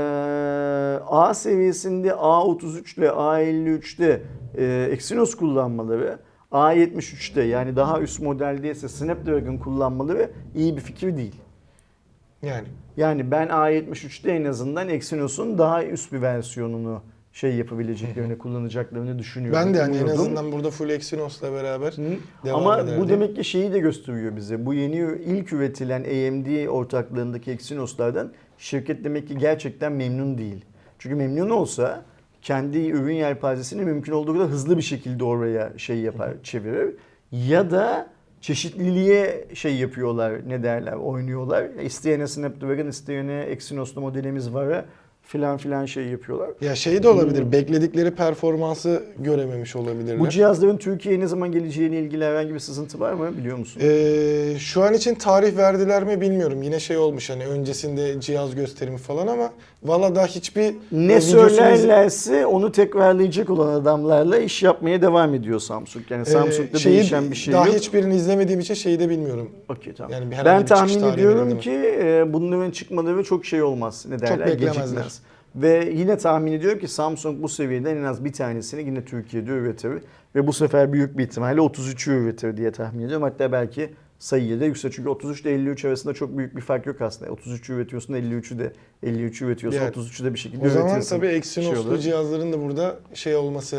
A seviyesinde A33 ile A53'te Exynos kullanmaları, A73'te yani daha üst modelde ise Snapdragon kullanmaları iyi bir fikir değil. Yani. Yani ben A73'te en azından Exynos'un daha üst bir versiyonunu yapabileceklerini, kullanacaklarını düşünüyorum. Ben de yani en umuyordum. azından burada full Exynos'la beraber devam Ama ederdim. bu demek ki şeyi de gösteriyor bize. Bu yeni ilk üretilen AMD ortaklığındaki Exynos'lardan şirket demek ki gerçekten memnun değil. Çünkü memnun olsa kendi ürün yelpazesini mümkün olduğu kadar hızlı bir şekilde oraya yapar, çevirir. Ya da çeşitliliğe yapıyorlar, ne derler, oynuyorlar. İsteyene Snapdragon, isteyene Exynos'lu modelimiz var filan filan yapıyorlar. Ya şey de olabilir. Bekledikleri performansı görememiş olabilirler. Bu cihazların Türkiye'ye ne zaman geleceğiyle ilgili herhangi bir sızıntı var mı, biliyor musun? Şu an için tarih verdiler mi bilmiyorum. Yine şey olmuş hani öncesinde cihaz gösterimi falan ama valla daha hiçbir Ne söylerlerse onu tekrarlayacak olan adamlarla iş yapmaya devam ediyor Samsung. Yani Samsung'da değişen bir şey daha yok. hiçbirini izlemediğim için şeyi de bilmiyorum. Okey, tamam. Yani herhangi Ben bir çıkış tahmin tarihi ediyorum verildi ki bunların çıkmaları çok olmaz. Ne derler? beklemezler. Gecikmez. Ve yine tahmin ediyorum ki Samsung bu seviyeden en az bir tanesini yine Türkiye'de üretir. Ve bu sefer büyük bir ihtimalle 33'ü üretir diye tahmin ediyorum. Hatta belki sayıyı da yüksek. Çünkü 33 ile 53 arasında çok büyük bir fark yok aslında. 33'ü üretiyorsun, 53'ü üretiyorsun, Yani, 33'ü de bir şekilde O zaman üretirsin. tabii Exynos'lu olur. cihazların da burada olması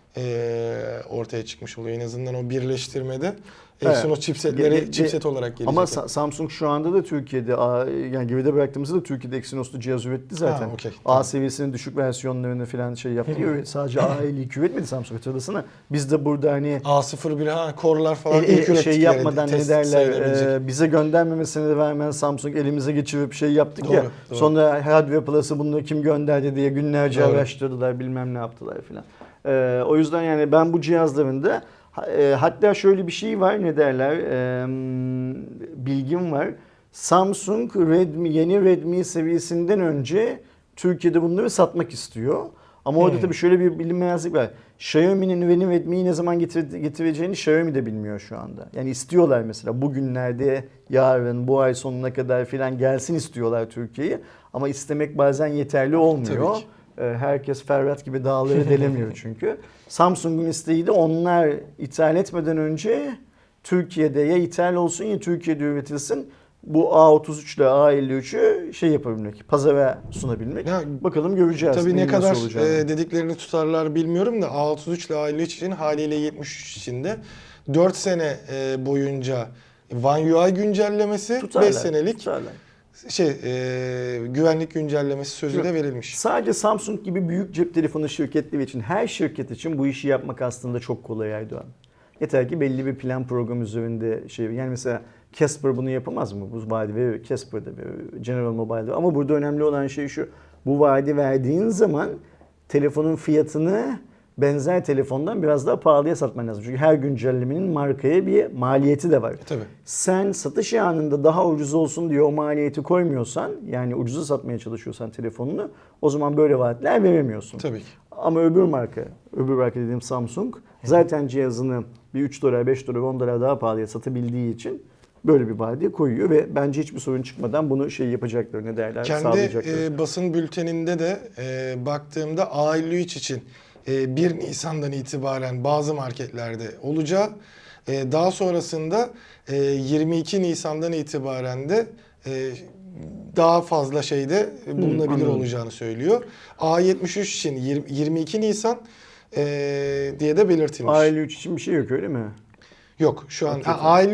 ortaya çıkmış oluyor. En azından o birleştirmede Exynos chipsetleri chipset olarak gelecek. Ama Samsung şu anda da Türkiye'de, yani geride bıraktığımızda da Türkiye'de Exynos'lu cihaz üretti zaten. Ha, okey, A tamam. seviyesinin düşük versiyonlarını falan yaptı. Sadece A52 üretmedi Samsung, hatırlasana. Biz de burada hani A01 Core'lar falan ilk ürettikleri yapmadan ne test derler, sayılabilecek. bize göndermemesine de rağmen Samsung elimize geçirip yaptık ya. Doğru. Sonra Hardware Plus'ı bunları kim gönderdi diye günlerce Doğru. araştırdılar, bilmem ne yaptılar filan. O yüzden yani ben bu cihazların da hatta şöyle bir şey var, ne derler, bilgim var. Samsung yeni Redmi seviyesinden önce Türkiye'de bunları satmak istiyor. Ama orada tabii şöyle bir bilinmezlik var. Xiaomi'nin yeni Redmi'yi ne zaman getireceğini Xiaomi de bilmiyor şu anda. Yani istiyorlar mesela bugünlerde, yarın, bu ay sonuna kadar filan gelsin istiyorlar Türkiye'yi. Ama istemek bazen yeterli olmuyor. Tabii ki. Herkes Ferhat gibi dağları delemiyor çünkü. Samsung'un isteği de onlar ithal etmeden önce Türkiye'de ya ithal olsun ya Türkiye'de üretilsin. Bu A33 ile A53'ü yapabilmek, pazara sunabilmek. Ya, bakalım göreceğiz. Tabii ne nasıl kadar olacağını. dediklerini tutarlar bilmiyorum da A33 ile A53 için haliyle 73 için de 4 sene boyunca One UI güncellemesi, Tutarlar, 5 senelik tutarlar. güvenlik güncellemesi sözü de verilmiş. Sadece Samsung gibi büyük cep telefonu şirketleri için, her şirket için bu işi yapmak aslında çok kolay Aydoğan. Yeter ki belli bir plan program üzerinde yani mesela Casper bunu yapamaz mı? Bu vaadi verir, Casper'da verir, General Mobile'da. Ama burada önemli olan şey şu: bu vaadi verdiğin zaman telefonun fiyatını benzer telefondan biraz daha pahalıya satman lazım. Çünkü her güncellemenin markaya bir maliyeti de var. Tabii. Sen satış anında daha ucuz olsun diye o maliyeti koymuyorsan, yani ucuza satmaya çalışıyorsan telefonunu, o zaman böyle vaatler veremiyorsun. Tabii ki. Ama öbür marka dediğim Samsung zaten cihazını bir 3 dolar, 5 dolar, 10 dolar daha pahalıya satabildiği için böyle bir vade koyuyor ve bence hiçbir sorun çıkmadan bunu yapacaklar, ne derler, sağlayacaklar. Kendi basın bülteninde de baktığımda A53 için 1 Nisan'dan itibaren bazı marketlerde olacağı, daha sonrasında 22 Nisan'dan itibaren de daha fazla bulunabilir anladım. olacağını söylüyor. A73 için 22 Nisan diye de belirtilmiş. A53 için bir şey yok, öyle mi? Yok şu an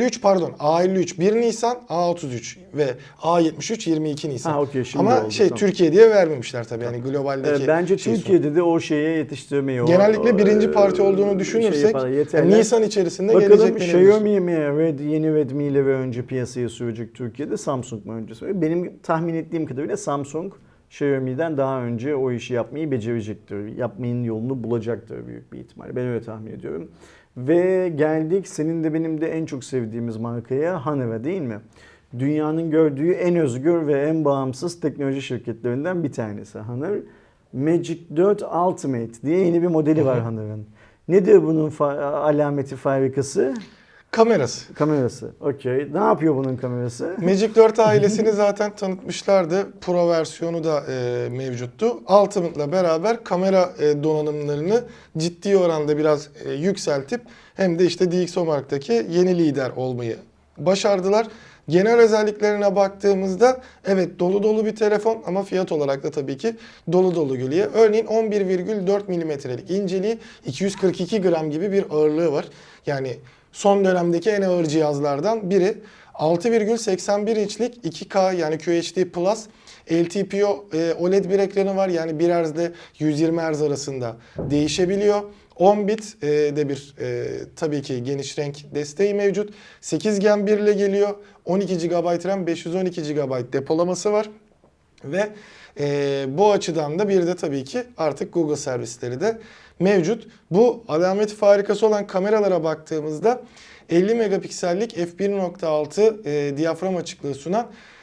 A53 1 Nisan, A33 ve A73 22 Nisan. Ha, okey, şimdi Ama oldu, tamam. Türkiye diye vermemişler tabii, yani globaldeki. Bence şey Türkiye'de de o yetiştirmeyi, genellikle birinci parti olduğunu düşünürsek Nisan içerisinde bakalım gelecek denebilir. Xiaomi mi yeni Redmi ile ve önce piyasaya sürecek Türkiye'de, Samsung mu önce sürecek? Benim tahmin ettiğim kadarıyla Samsung Xiaomi'den daha önce o işi yapmayı becerecektir. Yapmayın yolunu bulacaktır büyük bir ihtimalle. Ben öyle tahmin ediyorum. Ve geldik senin de benim de en çok sevdiğimiz markaya, Honor'a, değil mi? Dünyanın gördüğü en özgür ve en bağımsız teknoloji şirketlerinden bir tanesi Honor. Magic 4 Ultimate diye yeni bir modeli var Honor'ın. Nedir bunun alameti farikası? Kamerası. Kamerası. Okey. Ne yapıyor bunun kamerası? Magic 4 ailesini zaten tanıtmışlardı. Pro versiyonu da mevcuttu. Ultimate'la beraber kamera donanımlarını ciddi oranda biraz yükseltip hem de işte DxOMark'taki yeni lider olmayı başardılar. Genel özelliklerine baktığımızda evet dolu dolu bir telefon ama fiyat olarak da tabii ki dolu dolu geliyor. Örneğin 11,4 milimetrelik inceliği, 242 gram gibi bir ağırlığı var. Yani son dönemdeki en ağır cihazlardan biri. 6,81 inçlik 2K yani QHD Plus LTPO OLED bir ekranı var. Yani 1 Hz ile 120 Hz arasında değişebiliyor. 10 bit de bir tabii ki geniş renk desteği mevcut. 8 Gen 1 ile geliyor. 12 GB RAM, 512 GB depolaması var. Ve bu açıdan da bir de tabii ki artık Google servisleri de mevcut. Bu alameti farikası olan kameralara baktığımızda 50 megapiksellik f1.6 diyafram açıklığı sunan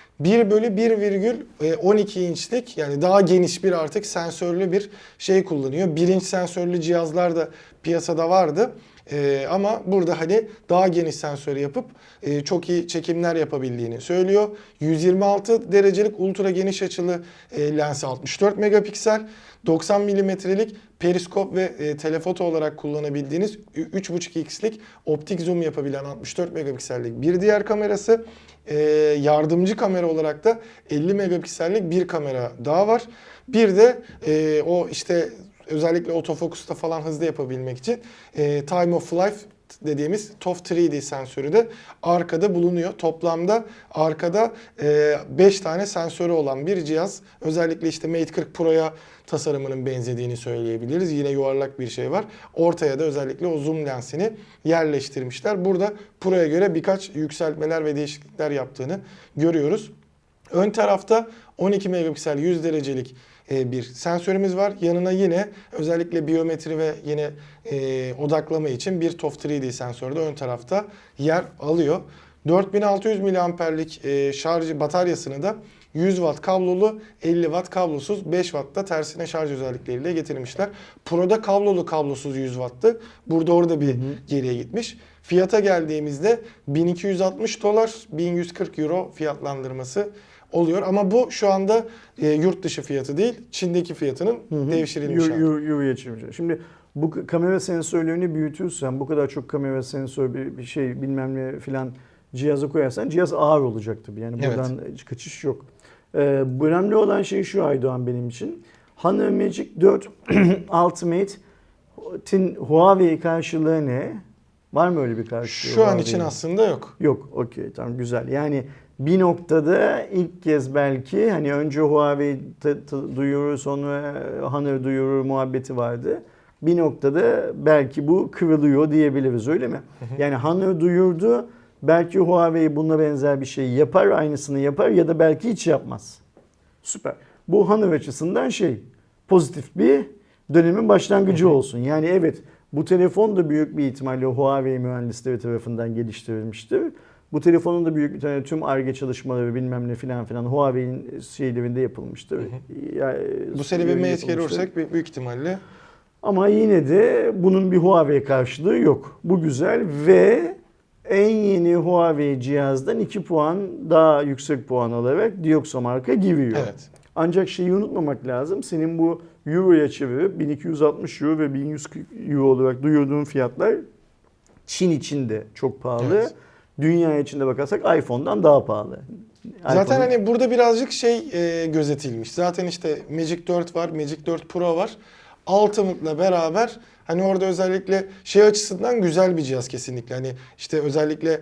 1/1,12 inçlik yani daha geniş bir artık sensörlü bir şey kullanıyor. 1 inç sensörlü cihazlar da piyasada vardı. Ama burada hani daha geniş sensör yapıp çok iyi çekimler yapabildiğini söylüyor. 126 derecelik ultra geniş açılı lensi 64 megapiksel. 90 milimetrelik periskop ve telefoto olarak kullanabildiğiniz 3.5x'lik optik zoom yapabilen 64 megapiksellik bir diğer kamerası. Yardımcı kamera olarak da 50 megapiksellik bir kamera daha var. Bir de o işte özellikle otofokusta falan hızlı yapabilmek için Time of Flight dediğimiz ToF 3D sensörü de arkada bulunuyor. Toplamda arkada 5 tane sensörü olan bir cihaz. Özellikle işte Mate 40 Pro'ya tasarımının benzediğini söyleyebiliriz. Yine yuvarlak bir şey var. Ortaya da özellikle o zoom lensini yerleştirmişler. Burada Pro'ya göre birkaç yükseltmeler ve değişiklikler yaptığını görüyoruz. Ön tarafta 12 megapiksel 100 derecelik bir sensörümüz var. Yanına yine özellikle biyometri ve yine odaklama için bir ToF 3D sensör de ön tarafta yer alıyor. 4600 miliamperlik şarj bataryasını da 100 watt kablolu, 50 watt kablosuz, 5 watt da tersine şarj özellikleriyle getirmişler. Pro'da kablolu kablosuz 100 watt'tı. Burada orada bir geriye gitmiş. Fiyata geldiğimizde $1260, 1140 euro fiyatlandırması oluyor. Ama bu şu anda yurt dışı fiyatı değil, Çin'deki fiyatının devşirilmiş hali. Euro'ya çevirmiş. Şimdi bu kamera sensörlerini büyütürsen, bu kadar çok kamera sensör bir şey bilmem ne filan cihazı koyarsan cihaz ağır olacak tabii. Yani buradan kaçış yok. Önemli olan şey şu Aydoğan benim için. Honor Magic 4 Ultimate'in Huawei karşılığı ne? Var mı öyle bir karşılığı? Şu an için aslında yok. Yok, okey, tamam, güzel. Yani bir noktada ilk kez belki hani önce Huawei duyurur sonra Honor duyurur muhabbeti vardı. Bir noktada belki bu kırılıyor diyebiliriz, öyle mi? Yani Honor duyurdu, belki Huawei bununla benzer bir şey yapar, aynısını yapar ya da belki hiç yapmaz. Süper. Bu Honor açısından pozitif bir dönemin başlangıcı olsun. Yani evet, bu telefon da büyük bir ihtimalle Huawei mühendisleri tarafından geliştirilmiştir. Bu telefonun da büyük bir tüm Ar-Ge çalışmaları bilmem ne filan Huawei'nin şeylerinde yapılmıştır. Yani, bu sene bir Mate görürsek büyük ihtimalle. Ama yine de bunun bir Huawei karşılığı yok. Bu güzel ve en yeni Huawei cihazdan 2 puan daha yüksek puan alarak DxOMark'a giriyor. Evet. Ancak şeyi unutmamak lazım. Senin bu Euro'ya çevirip 1260 Euro ve 1140 Euro olarak duyurduğun fiyatlar Çin için de çok pahalı. Evet. Dünya içinde bakarsak iPhone'dan daha pahalı. Zaten hani burada birazcık gözetilmiş. Zaten işte Magic 4 var, Magic 4 Pro var. Ultimate'la beraber hani orada özellikle açısından güzel bir cihaz kesinlikle. Hani işte özellikle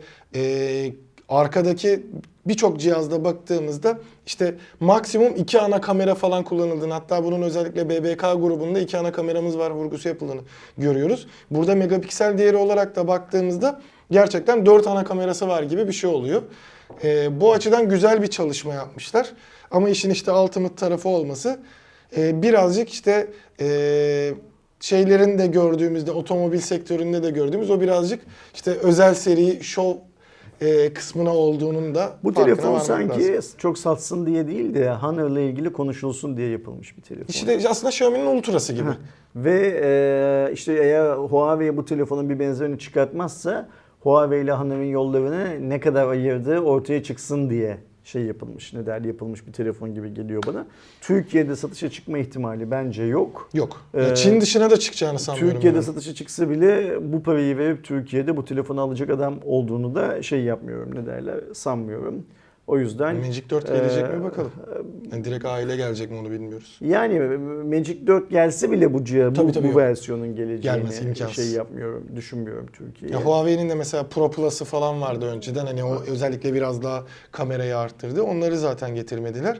arkadaki birçok cihazda baktığımızda işte maksimum 2 ana kamera falan kullanıldığını, hatta bunun özellikle BBK grubunda 2 ana kameramız var vurgusu yapıldığını görüyoruz. Burada megapiksel değeri olarak da baktığımızda gerçekten 4 ana kamerası var gibi bir şey oluyor. Bu açıdan güzel bir çalışma yapmışlar. Ama işin işte ultimate tarafı olması birazcık işte şeylerin de gördüğümüzde, otomobil sektöründe de gördüğümüz o birazcık işte özel seri, şov kısmına olduğunun da Bu farkına telefon varmak sanki lazım. çok satsın diye değil de Honor'la ilgili konuşulsun diye yapılmış bir telefon. İşte aslında Xiaomi'nin Ultra'sı gibi. Ve işte eğer Huawei bu telefonun bir benzerini çıkartmazsa Huawei ile Honor'ın yollarını ne kadar ayırdığı ortaya çıksın diye yapılmış, yapılmış bir telefon gibi geliyor bana. Türkiye'de satışa çıkma ihtimali bence yok. Yok. Çin dışına da çıkacağını sanmıyorum. Türkiye'de ben. satışa çıksa bile bu parayı verip Türkiye'de bu telefonu alacak adam olduğunu da yapmıyorum, sanmıyorum. O yüzden Magic 4 gelecek mi bakalım. Yani direkt aile gelecek mi onu bilmiyoruz. yani Magic 4 gelse bile bu Tabii bu yok. versiyonun geleceğini Gelmez, imkansız. yapmıyorum, düşünmüyorum Türkiye'ye. Ya Huawei'nin de mesela Pro Plus'ı falan vardı önceden. Hani o özellikle biraz daha kamerayı arttırdı. Onları zaten getirmediler.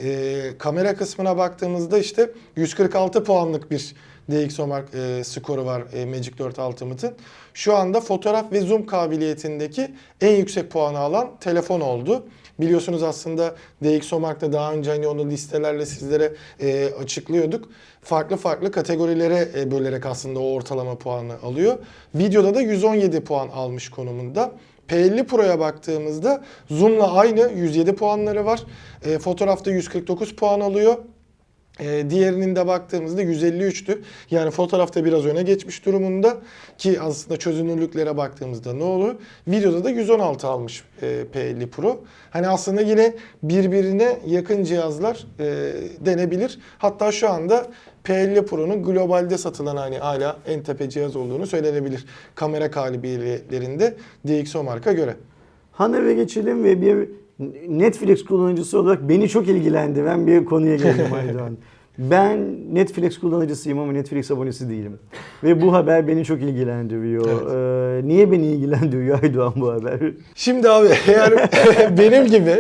Kamera kısmına baktığımızda işte 146 puanlık bir DxOMark skoru var Magic 4 Ultimate'ın. Şu anda fotoğraf ve zoom kabiliyetindeki en yüksek puanı alan telefon oldu. Biliyorsunuz aslında DxOMark'ta daha önce hani onu listelerle sizlere açıklıyorduk. Farklı kategorilere bölerek aslında o ortalama puanı alıyor. Videoda da 117 puan almış konumunda. P50 Pro'ya baktığımızda zoom'la aynı 107 puanları var. Fotoğrafta 149 puan alıyor. Diğerinin de baktığımızda 153'tü. Yani fotoğrafta biraz öne geçmiş durumunda ki aslında çözünürlüklere baktığımızda ne olur? Videoda da 116 almış P50 Pro. Hani aslında yine birbirine yakın cihazlar denebilir. Hatta şu anda P50 Pro'nun globalde satılan hani hala en tepe cihaz olduğunu söylenebilir. Kamera kabiliyetlerinde DxOMark'a göre. Honor'a geçelim ve bir Netflix kullanıcısı olarak beni çok ilgilendiren bir konuya gelelim Aydoğan. Ben Netflix kullanıcısıyım ama Netflix abonesi değilim. Ve bu haber beni çok ilgilendiriyor. Evet. Niye beni ilgilendiriyor Aydoğan bu haber? Şimdi abi eğer benim gibi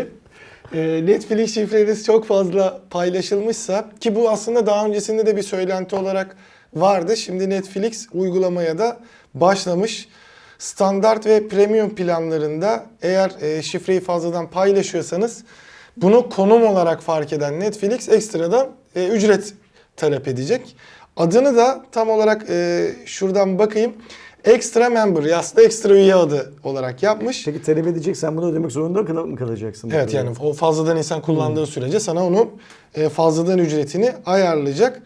Netflix şifreniz çok fazla paylaşılmışsa ki bu aslında daha öncesinde de bir söylenti olarak vardı. Şimdi Netflix uygulamaya da başlamış. Standart ve premium planlarında eğer şifreyi fazladan paylaşıyorsanız bunu konum olarak fark eden Netflix ekstradan ücret talep edecek. Adını da tam olarak şuradan bakayım. Extra Member, aslında ekstra üye adı olarak yapmış. Peki talep edeceksen bunu ödemek zorunda mı kalacaksın? Evet yani o fazladan insan kullandığı sürece sana onun fazladan ücretini ayarlayacak.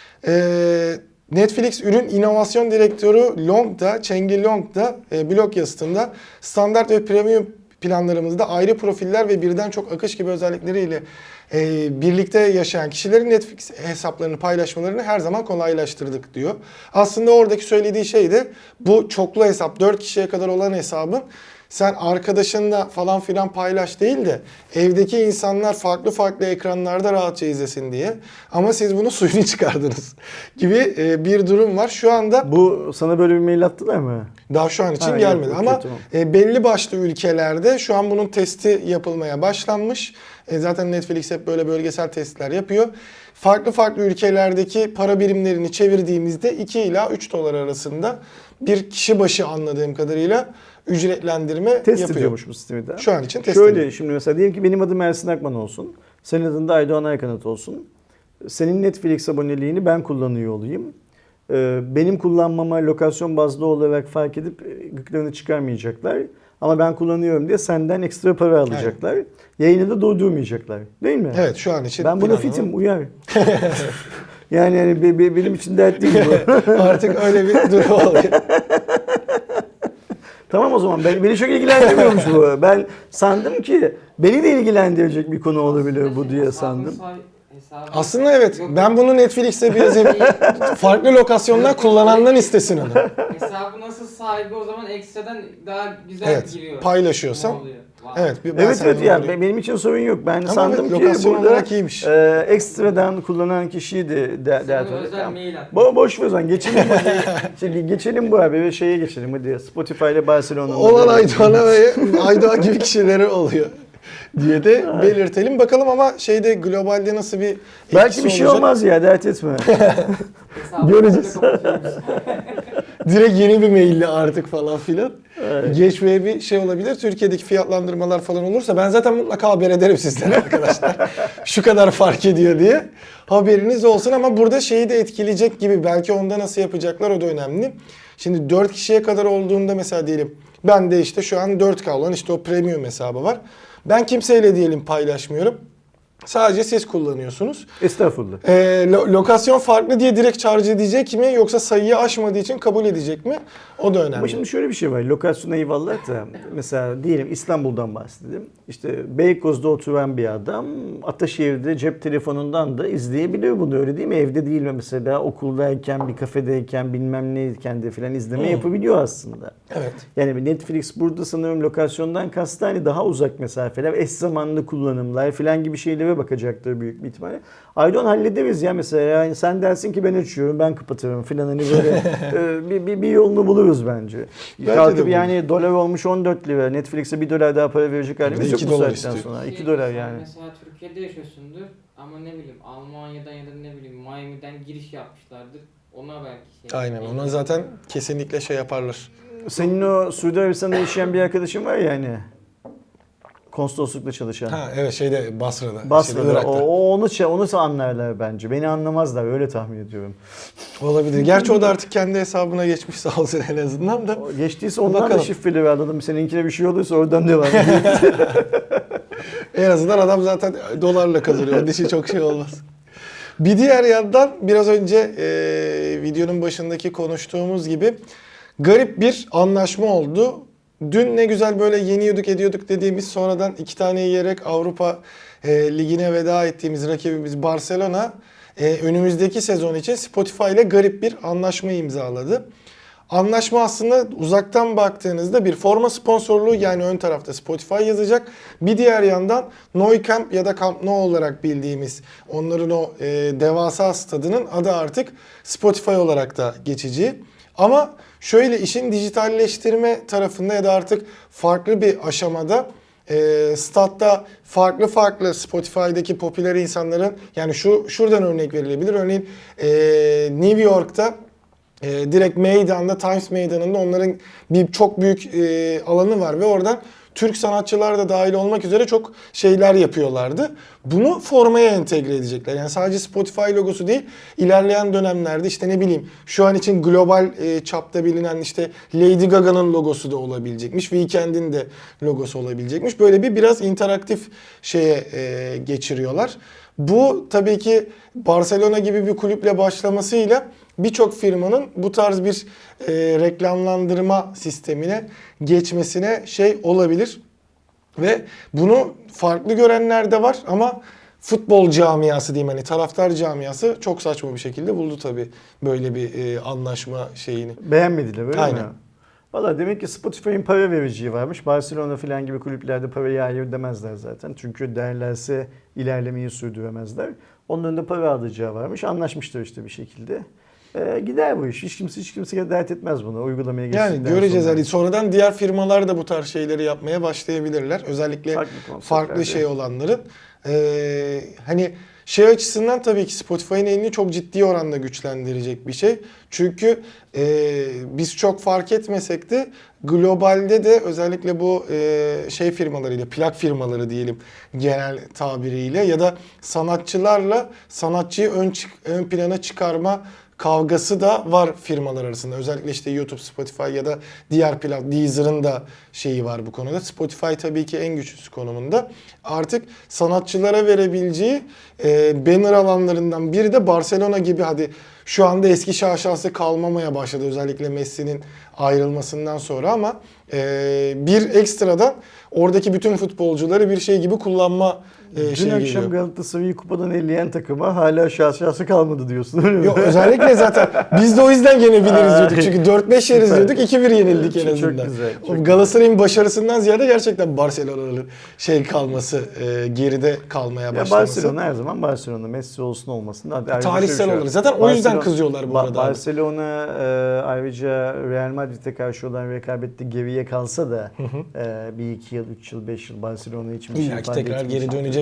Netflix ürün inovasyon direktörü Cengil Long da blog yazısında standart ve premium planlarımızda ayrı profiller ve birden çok akış gibi özellikleriyle birlikte yaşayan kişilerin Netflix hesaplarını paylaşmalarını her zaman kolaylaştırdık diyor. Aslında oradaki söylediği şey de bu çoklu hesap, 4 kişiye kadar olan hesabın sen arkadaşınla falan filan paylaş değil de evdeki insanlar farklı ekranlarda rahatça izlesin diye. Ama siz bunu suyunu çıkardınız gibi bir durum var. Şu anda Bu sana böyle bir mail attılar mı? daha şu an için Ha, gelmedi yok, ama tamam. belli başlı ülkelerde şu an bunun testi yapılmaya başlanmış. Zaten Netflix hep böyle bölgesel testler yapıyor. Farklı ülkelerdeki para birimlerini çevirdiğimizde 2 ila 3 dolar arasında bir kişi başı anladığım kadarıyla ücretlendirme Test yapıyor. ediyormuş bu sistemi de. Şu an için test Şöyle ediyor. şimdi mesela diyelim ki benim adım Ersin Akman olsun. Senin adın da Aydoğan Aykanat olsun. Senin Netflix aboneliğini ben kullanıyor olayım. Benim kullanmama lokasyon bazlı olarak fark edip gıklarını çıkarmayacaklar. Ama ben kullanıyorum diye senden ekstra para alacaklar. Evet. Yayını da durdurmayacaklar. Değil mi? Evet şu an için. Ben buna fitim, uyar. yani benim için dert değil bu. Artık öyle bir durum oluyor. Tamam o zaman beni çok ilgilendirmiyormuş bu. Ben sandım ki beni de ilgilendirecek bir konu olabilir bu diye sandım. Aslında evet. Ben bunu Netflix'te bir yazayım. Farklı lokasyonlar kullanandan istesin onu. Hesabı nasıl sahibi o zaman ekstradan daha güzel giriyor. Evet. Paylaşıyorsam. Wow. Evet. Evet yani benim için sorun yok. Ben Ama sandım evet, ki lokasyon burada olarak iyiymiş. Ekstradan kullanan kişiyi de dert Sana özel tamam. mail at. Boş ver o zaman geçelim hadi. Şimdi geçelim bu abi ve şeye geçelim hadi. Spotify ile Barcelona'nın. Olan Aydoğan'a ve Aydoğan gibi kişilere oluyor diye de belirtelim. Bakalım ama şeyde globalde nasıl bir Belki bir şey olacak? olmaz ya dert etme. Hesabı Göreceğiz. kapatıyoruz. Direkt yeni bir maille artık falan filan. Geçmeye bir şey olabilir. Türkiye'deki fiyatlandırmalar falan olursa ben zaten mutlaka haber ederim sizlere arkadaşlar. Şu kadar fark ediyor diye. Haberiniz olsun ama burada şeyi de etkileyecek gibi. Belki onda nasıl yapacaklar o da önemli. Şimdi 4 kişiye kadar olduğunda mesela diyelim ben de işte şu an 4K olan işte o premium hesabı var. Ben kimseyle diyelim paylaşmıyorum. Sadece siz kullanıyorsunuz. Estağfurullah. Lokasyon farklı diye direkt charge edecek mi yoksa sayıyı aşmadığı için kabul edecek mi? O da önemli. Ama şimdi şöyle bir şey var. Lokasyona eyvallah da mesela diyelim İstanbul'dan bahsedelim. İşte Beykoz'da oturan bir adam Ataşehir'de cep telefonundan da izleyebiliyor bunu, öyle değil mi? Evde değil mi mesela, okuldayken, bir kafedeyken, bilmem neyken de filan izleme yapabiliyor aslında. Evet. Yani Netflix burada sanırım lokasyondan kastı hani daha uzak mesafeler, eş zamanlı kullanımlar filan gibi şeylere bakacaktır büyük bir ihtimalle. Aydoğan hallederiz ya mesela, yani sen dersin ki ben açıyorum, ben kapatırım filan, hani böyle bir yolunu buluruz bence. Bence Kalkıp de yani dolar olmuş 14 lira, Netflix'e 1 dolar daha para verecek halimiz yok 2 bu dolar saatten istiyor. sonra. 2 dolar yani. Mesela Türkiye'de yaşıyorsundur ama ne bileyim Almanya'dan ya da ne bileyim Miami'den giriş yapmışlardır. Ona belki şey. Aynen. Ona zaten kesinlikle şey yaparlar. Senin o Suudi Arabistan'da yaşayan bir arkadaşın var ya hani. Konsoloslukla çalışan. Ha evet şeyde Basra'da. Basra'da. Şeyde, Irak'ta. Onu anlarlar bence. Beni anlamazlar, öyle tahmin ediyorum. Olabilir. Gerçi o da artık kendi hesabına geçmiş sağ olsun en azından da. Geçtiyse ondan da Bakalım. şifreli ver, anladım. Seninkine bir şey olursa oradan devam ediyor. En azından adam zaten dolarla kazanıyor. Onun için çok şey olmaz. Bir diğer yandan biraz önce videonun başındaki konuştuğumuz gibi garip bir anlaşma oldu. Dün ne güzel böyle yeniyorduk ediyorduk dediğimiz sonradan 2 tane yiyerek Avrupa Ligi'ne veda ettiğimiz rakibimiz Barcelona önümüzdeki sezon için Spotify ile garip bir anlaşma imzaladı. Anlaşma aslında uzaktan baktığınızda bir forma sponsorluğu, yani ön tarafta Spotify yazacak. Bir diğer yandan Nou Camp ya da Camp Nou olarak bildiğimiz onların o devasa stadının adı artık Spotify olarak da geçici. Ama şöyle işin dijitalleştirme tarafında ya da artık farklı bir aşamada statta farklı Spotify'daki popüler insanların, yani şuradan örnek verilebilir. Örneğin New York'ta direkt meydanda, Times Meydanı'nda onların bir çok büyük alanı var ve oradan Türk sanatçılar da dahil olmak üzere çok şeyler yapıyorlardı. Bunu formaya entegre edecekler. Yani sadece Spotify logosu değil, ilerleyen dönemlerde işte ne bileyim şu an için global çapta bilinen işte Lady Gaga'nın logosu da olabilecekmiş. Weekend'in de logosu olabilecekmiş. Böyle biraz interaktif şeye geçiriyorlar. Bu tabii ki Barcelona gibi bir kulüple başlamasıyla birçok firmanın bu tarz bir reklamlandırma sistemine geçmesine şey olabilir. Ve bunu farklı görenler de var ama futbol camiası diyeyim, hani taraftar camiası çok saçma bir şekilde buldu tabii böyle bir anlaşma şeyini. Beğenmediler öyle Aynen. mi? Valla demek ki Spotify'ın para vericiyi varmış. Barcelona falan gibi kulüplerde parayı hayır demezler zaten. Çünkü derlerse ilerlemeyi sürdüremezler. Onların da para alacağı varmış. Anlaşmışlar işte bir şekilde. Gider bu iş. Hiç kimse dert etmez bunu uygulamaya geçtikten Yani göreceğiz. sonra. Hani sonradan diğer firmalar da bu tarz şeyleri yapmaya başlayabilirler. Özellikle farklı konseptlerde. şey olanların. Hani şey açısından tabii ki Spotify'ın elini çok ciddi oranda güçlendirecek bir şey. Çünkü biz çok fark etmesek de globalde de özellikle bu şey firmalarıyla, plak firmaları diyelim genel tabiriyle ya da sanatçılarla sanatçıyı ön plana çıkarma kavgası da var firmalar arasında. Özellikle işte YouTube, Spotify ya da diğer Deezer'ın da şeyi var bu konuda. Spotify tabii ki en güçlüsü konumunda. Artık sanatçılara verebileceği banner alanlarından biri de Barcelona gibi, hadi şu anda eski şaşası kalmamaya başladı özellikle Messi'nin ayrılmasından sonra ama bir ekstradan oradaki bütün futbolcuları bir şey gibi kullanma Dün şeyi akşam geliyor. Galatasaray'ı kupadan eleyen takıma hala şahsı kalmadı diyorsun öyle mi? Yok özellikle zaten biz de o yüzden yenebiliriz diyorduk. Çünkü 4-5 yeriz Süper. diyorduk, 2-1 yenildik en Çok azından. güzel, çok O Galatasaray'ın başarısından ziyade gerçekten Barcelona'nın şey kalması, geride kalmaya Ya başlaması. Barcelona her zaman Barcelona. Messi olsun olmasın da. Ayrıca Tarihsel şöyle bir şey olarak. var. Zaten o yüzden kızıyorlar bu arada abi. Barcelona ayrıca Real Madrid'e karşı olan rekabette geriye kalsa da bir iki yıl, 3 yıl, 5 yıl Barcelona için bir şey İlla ki ifade tekrar etmeyecek. geri dönecek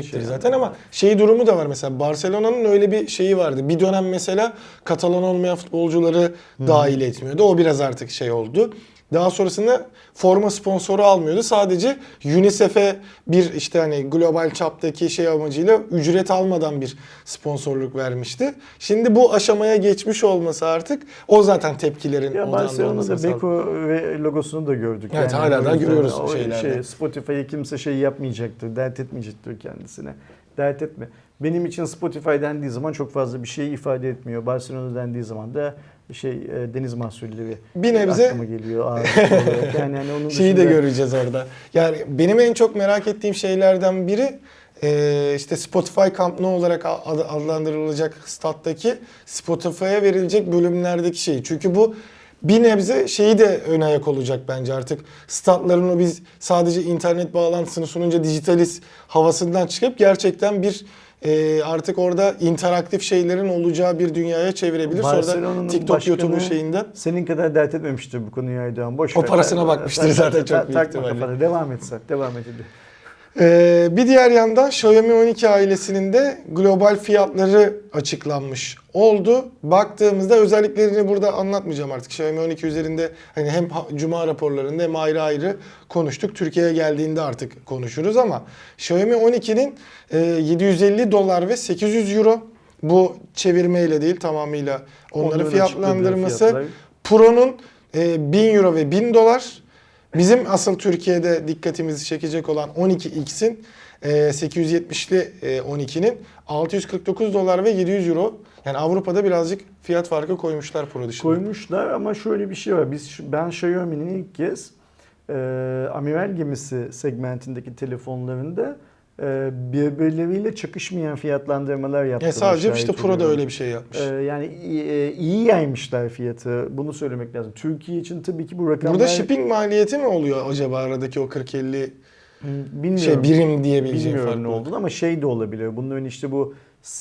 gelecektir zaten ama şey durumu da var mesela Barcelona'nın öyle bir şeyi vardı. Bir dönem mesela Katalan olmayan futbolcuları dahil etmiyordu. O biraz artık şey oldu. Daha sonrasında forma sponsoru almıyordu. Sadece UNICEF'e bir işte hani global çaptaki şey amacıyla ücret almadan bir sponsorluk vermişti. Şimdi bu aşamaya geçmiş olması artık o zaten tepkilerin Ya odağında Barcelona'da olmasını sağladı. Beko ve logosunu da gördük. Evet, hala o da yüzden görüyoruz o şeylerde. Spotify'ı kimse şey yapmayacaktır, dert etmeyecektir kendisine. Dert etme. Benim için Spotify dendiği zaman çok fazla bir şey ifade etmiyor. Barcelona dendiği zaman da deniz mahsulleri Bir nebze aklıma geliyor. Olarak. Yani onun şeyi de dışında- göreceğiz orada. Yani benim en çok merak ettiğim şeylerden biri işte Spotify Camp Nou olarak adlandırılacak stat'taki Spotify'a verilecek bölümlerdeki şey. Çünkü bu bir nebze şeyi de ön ayak olacak bence artık. Statların o biz sadece internet bağlantısını sununca dijitaliz havasından çıkıp gerçekten bir artık orada interaktif şeylerin olacağı bir dünyaya çevirebilir. Sonra da Barcelona'nın TikTok, başkanı YouTube'un şeyinden. Senin kadar dert etmemiştir bu konuyu Aydoğan. Boş O ver. parasına bakmıştır zaten çok büyük Takma ihtimalle. kafana. Devam et sen. Devam et hadi. Bir diğer yandan Xiaomi 12 ailesinin de global fiyatları açıklanmış oldu. Baktığımızda özelliklerini burada anlatmayacağım artık. Xiaomi 12 üzerinde hani hem Cuma raporlarında hem ayrı ayrı konuştuk. Türkiye'ye geldiğinde artık konuşuruz ama Xiaomi 12'nin $750 ve 800 euro bu çevirmeyle değil tamamıyla onları Onların fiyatlandırması. açıkladığı Pro'nun 1000 euro ve 1000 dolar. Bizim asıl Türkiye'de dikkatimizi çekecek olan 12X'in 870'li 12'nin 649 dolar ve 700 euro. Yani Avrupa'da birazcık fiyat farkı koymuşlar Pro dışında. Koymuşlar ama şöyle bir şey var. Ben Xiaomi'nin ilk kez amiral gemisi segmentindeki telefonlarında birbirleriyle çakışmayan fiyatlandırmalar yaptılar. Sadece işte Pro da öyle bir şey yapmış. Yani iyi yaymışlar fiyatı. Bunu söylemek lazım. Türkiye için tabii ki bu rakamlar... Burada shipping maliyeti mi oluyor acaba aradaki o 40-50 bilmiyorum. birim diyebileceğim Bilmiyorum fark ne mı? olduğunu ama şey de olabilir. Bunların işte bu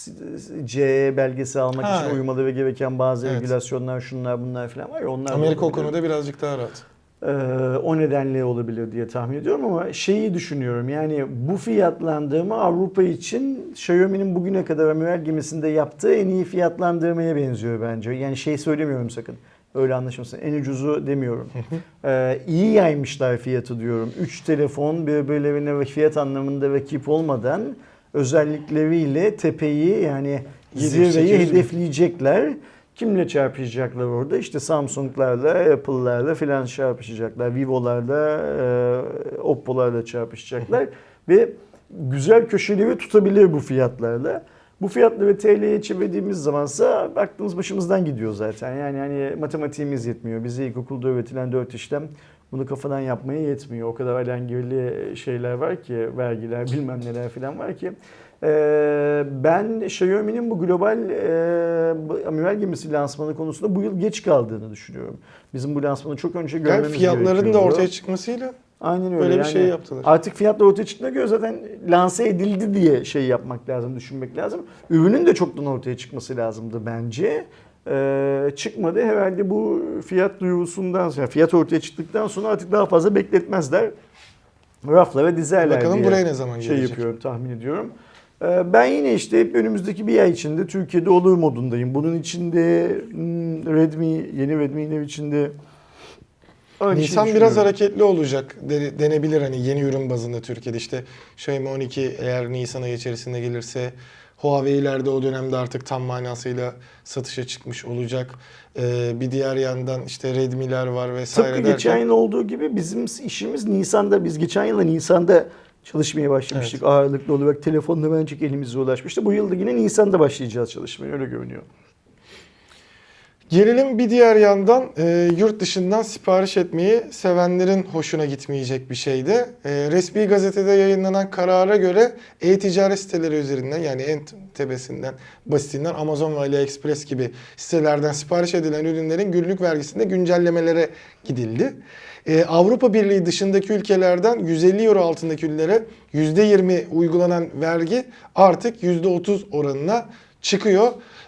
CE belgesi almak için evet. uymaları gereken bazı Evet. regülasyonlar, şunlar bunlar falan var ya onlar da Amerika o olabilir. konuda birazcık daha rahat. O nedenle olabilir diye tahmin ediyorum ama şeyi düşünüyorum yani bu fiyatlandırma Avrupa için Xiaomi'nin bugüne kadar amiral gemisinde yaptığı en iyi fiyatlandırmaya benziyor bence. Yani şey söylemiyorum sakın. Öyle anlaşılmasın. En ucuzu demiyorum. İyi yaymışlar fiyatı diyorum. 3 telefon birbirlerine ve fiyat anlamında rakip olmadan özellikleriyle tepeyi yani 700, zirveyi 800 mi? hedefleyecekler. Kimle çarpışacaklar orada? İşte Samsung'larla, Apple'larla filan çarpışacaklar. Vivo'larla, Oppo'larla çarpışacaklar. Ve güzel köşeleri tutabilir bu fiyatlarla. Bu fiyatları TL'ye çevirdiğimiz zamansa aklımız başımızdan gidiyor zaten. Yani hani matematiğimiz yetmiyor. Bize ilkokulda öğretilen 4 işlem bunu kafadan yapmaya yetmiyor. O kadar alengirli şeyler var ki, vergiler bilmem neler filan var ki. Ben Xiaomi'nin bu global amiral gemisi lansmanı konusunda bu yıl geç kaldığını düşünüyorum. Bizim bu lansmanı çok önce görmemiz Yani gerekiyordu. fiyatların da ortaya çıkmasıyla Aynen öyle. böyle bir Yani şey yaptılar. Artık fiyatlar ortaya çıktığına göre zaten lanse edildi diye şey yapmak lazım, düşünmek lazım. Ürünün de çoktan ortaya çıkması lazımdı bence. Çıkmadı. Herhalde bu fiyat duyurusundan sonra, fiyat ortaya çıktıktan sonra artık daha fazla bekletmezler. Raflara dizerler Bakalım diye buraya ne zaman şey gelecek? yapıyorum, tahmin ediyorum. Ben yine işte hep önümüzdeki bir ay içinde Türkiye'de olur modundayım. Bunun içinde yeni Redmi'nin içinde aynı şeyi Nisan biraz düşünüyorum. hareketli olacak denebilir hani yeni ürün bazında Türkiye'de işte Xiaomi 12 eğer Nisan ayı içerisinde gelirse Huawei'ler de o dönemde artık tam manasıyla satışa çıkmış olacak. Bir diğer yandan işte Redmi'ler var vesaire Tıpkı derken. geçen yıl olduğu gibi bizim işimiz Nisan'da, biz geçen yıla Nisan'da çalışmaya başlamıştık. Ağırlıklı olarak telefonla bence elimize ulaşmıştı. Bu yılda yine Nisan'da başlayacağız çalışmaya, öyle görünüyor. Gelelim bir diğer yandan yurt dışından sipariş etmeyi sevenlerin hoşuna gitmeyecek bir şeydi. Resmi gazetede yayınlanan karara göre e-ticaret siteleri üzerinden yani en tepesinden, basitinden Amazon ve AliExpress gibi sitelerden sipariş edilen ürünlerin günlük vergisinde güncellemelere gidildi. Avrupa Birliği dışındaki ülkelerden 150 euro altındaki ürünlere %20 uygulanan vergi artık %30 oranına çıkıyor.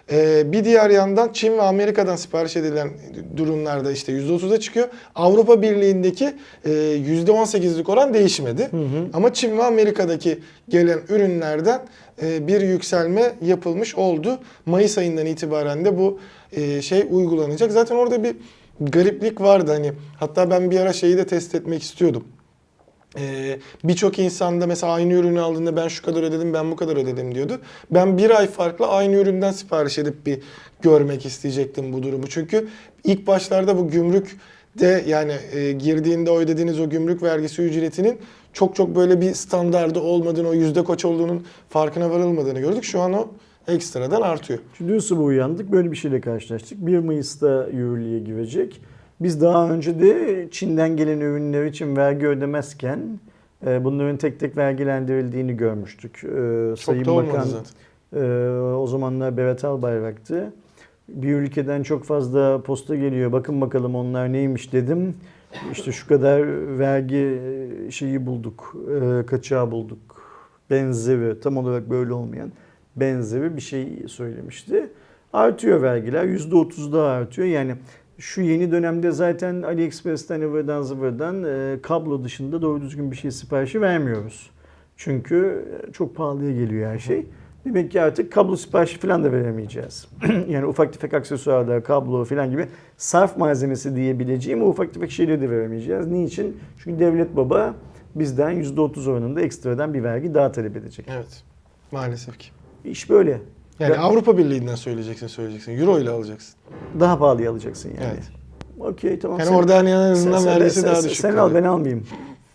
Bir diğer yandan Çin ve Amerika'dan sipariş edilen durumlarda işte %30'a çıkıyor. Avrupa Birliği'ndeki %18'lik oran değişmedi. Ama Çin ve Amerika'daki gelen ürünlerden bir yükselme yapılmış oldu. Mayıs ayından itibaren de bu şey uygulanacak. Zaten orada bir gariplik vardı hani. Hatta ben bir ara şeyi de test etmek istiyordum. Birçok insanda mesela aynı ürünü aldığında ben şu kadar ödedim, ben bu kadar ödedim diyordu. Ben bir ay farklı aynı üründen sipariş edip bir görmek isteyecektim bu durumu. Çünkü ilk başlarda bu gümrükte yani girdiğinde o ödediğiniz o gümrük vergisi ücretinin çok böyle bir standardı olmadığını, o yüzde kaç olduğunun farkına varılmadığını gördük. Şu an o ekstradan artıyor. Şimdi dün sabah uyandık, böyle bir şeyle karşılaştık. 1 Mayıs'ta yürürlüğe girecek. Biz daha önce de Çin'den gelen ürünler için vergi ödemezken bunların tek tek vergilendirildiğini görmüştük. Çok da olmadı zaten. O zamanlar Berat Albayrak'tı. Bir ülkeden çok fazla posta geliyor. Bakın bakalım onlar neymiş dedim. İşte şu kadar vergi şeyi bulduk, kaçağı bulduk. Benzeri, tam olarak böyle olmayan benzeri bir şey söylemişti. Artıyor vergiler, %30 daha artıyor. Yani şu yeni dönemde zaten AliExpress'ten, ıvırdan zıvırdan kablo dışında doğru düzgün bir şey siparişi vermiyoruz. Çünkü çok pahalıya geliyor her şey. Demek ki artık kablo siparişi falan da veremeyeceğiz. Yani ufak tefek aksesuarlar, kablo falan gibi sarf malzemesi diyebileceğim o ufak tefek şeyleri de veremeyeceğiz. Niçin? Çünkü devlet baba bizden %30 oranında ekstradan bir vergi daha talep edecek. Evet. Maalesef ki. İş böyle. Yani Avrupa Birliği'nden söyleyeceksin. Euro ile alacaksın. Daha pahalıya alacaksın yani. Evet. Okey, tamam. Yani orada hani en azından vergisi daha düşük. Sen al, ben almayayım.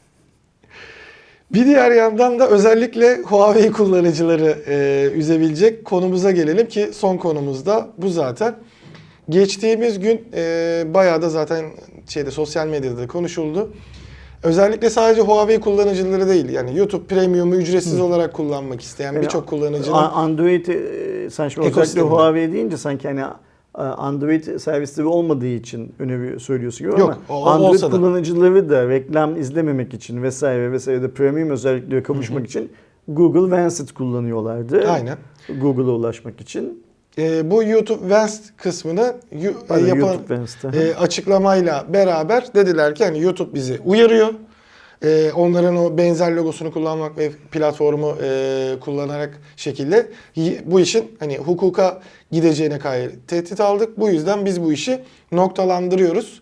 Bir diğer yandan da özellikle Huawei kullanıcıları üzebilecek konumuza gelelim ki son konumuz da bu zaten. Geçtiğimiz gün bayağı da zaten sosyal medyada da konuşuldu. Özellikle sadece Huawei kullanıcıları değil yani YouTube Premium'u ücretsiz olarak kullanmak isteyen Yani birçok kullanıcının Android sen şimdi özellikle ekosisteminde. Huawei deyince sanki hani Android servisleri olmadığı için önemli söylüyorsun gibi Yok, ama olsa Android da. kullanıcıları da reklam izlememek için vesaire de premium özelliklere kavuşmak için Google Vancet kullanıyorlardı. Aynen. Google'a ulaşmak için. Bu YouTube Vancet kısmını yapan YouTube Vancet'te. açıklamayla beraber dediler ki hani YouTube bizi uyarıyor. Onların o benzer logosunu kullanmak ve platformu kullanarak şekilde bu işin hani hukuka gideceğine kair tehdit aldık. Bu yüzden biz bu işi noktalandırıyoruz.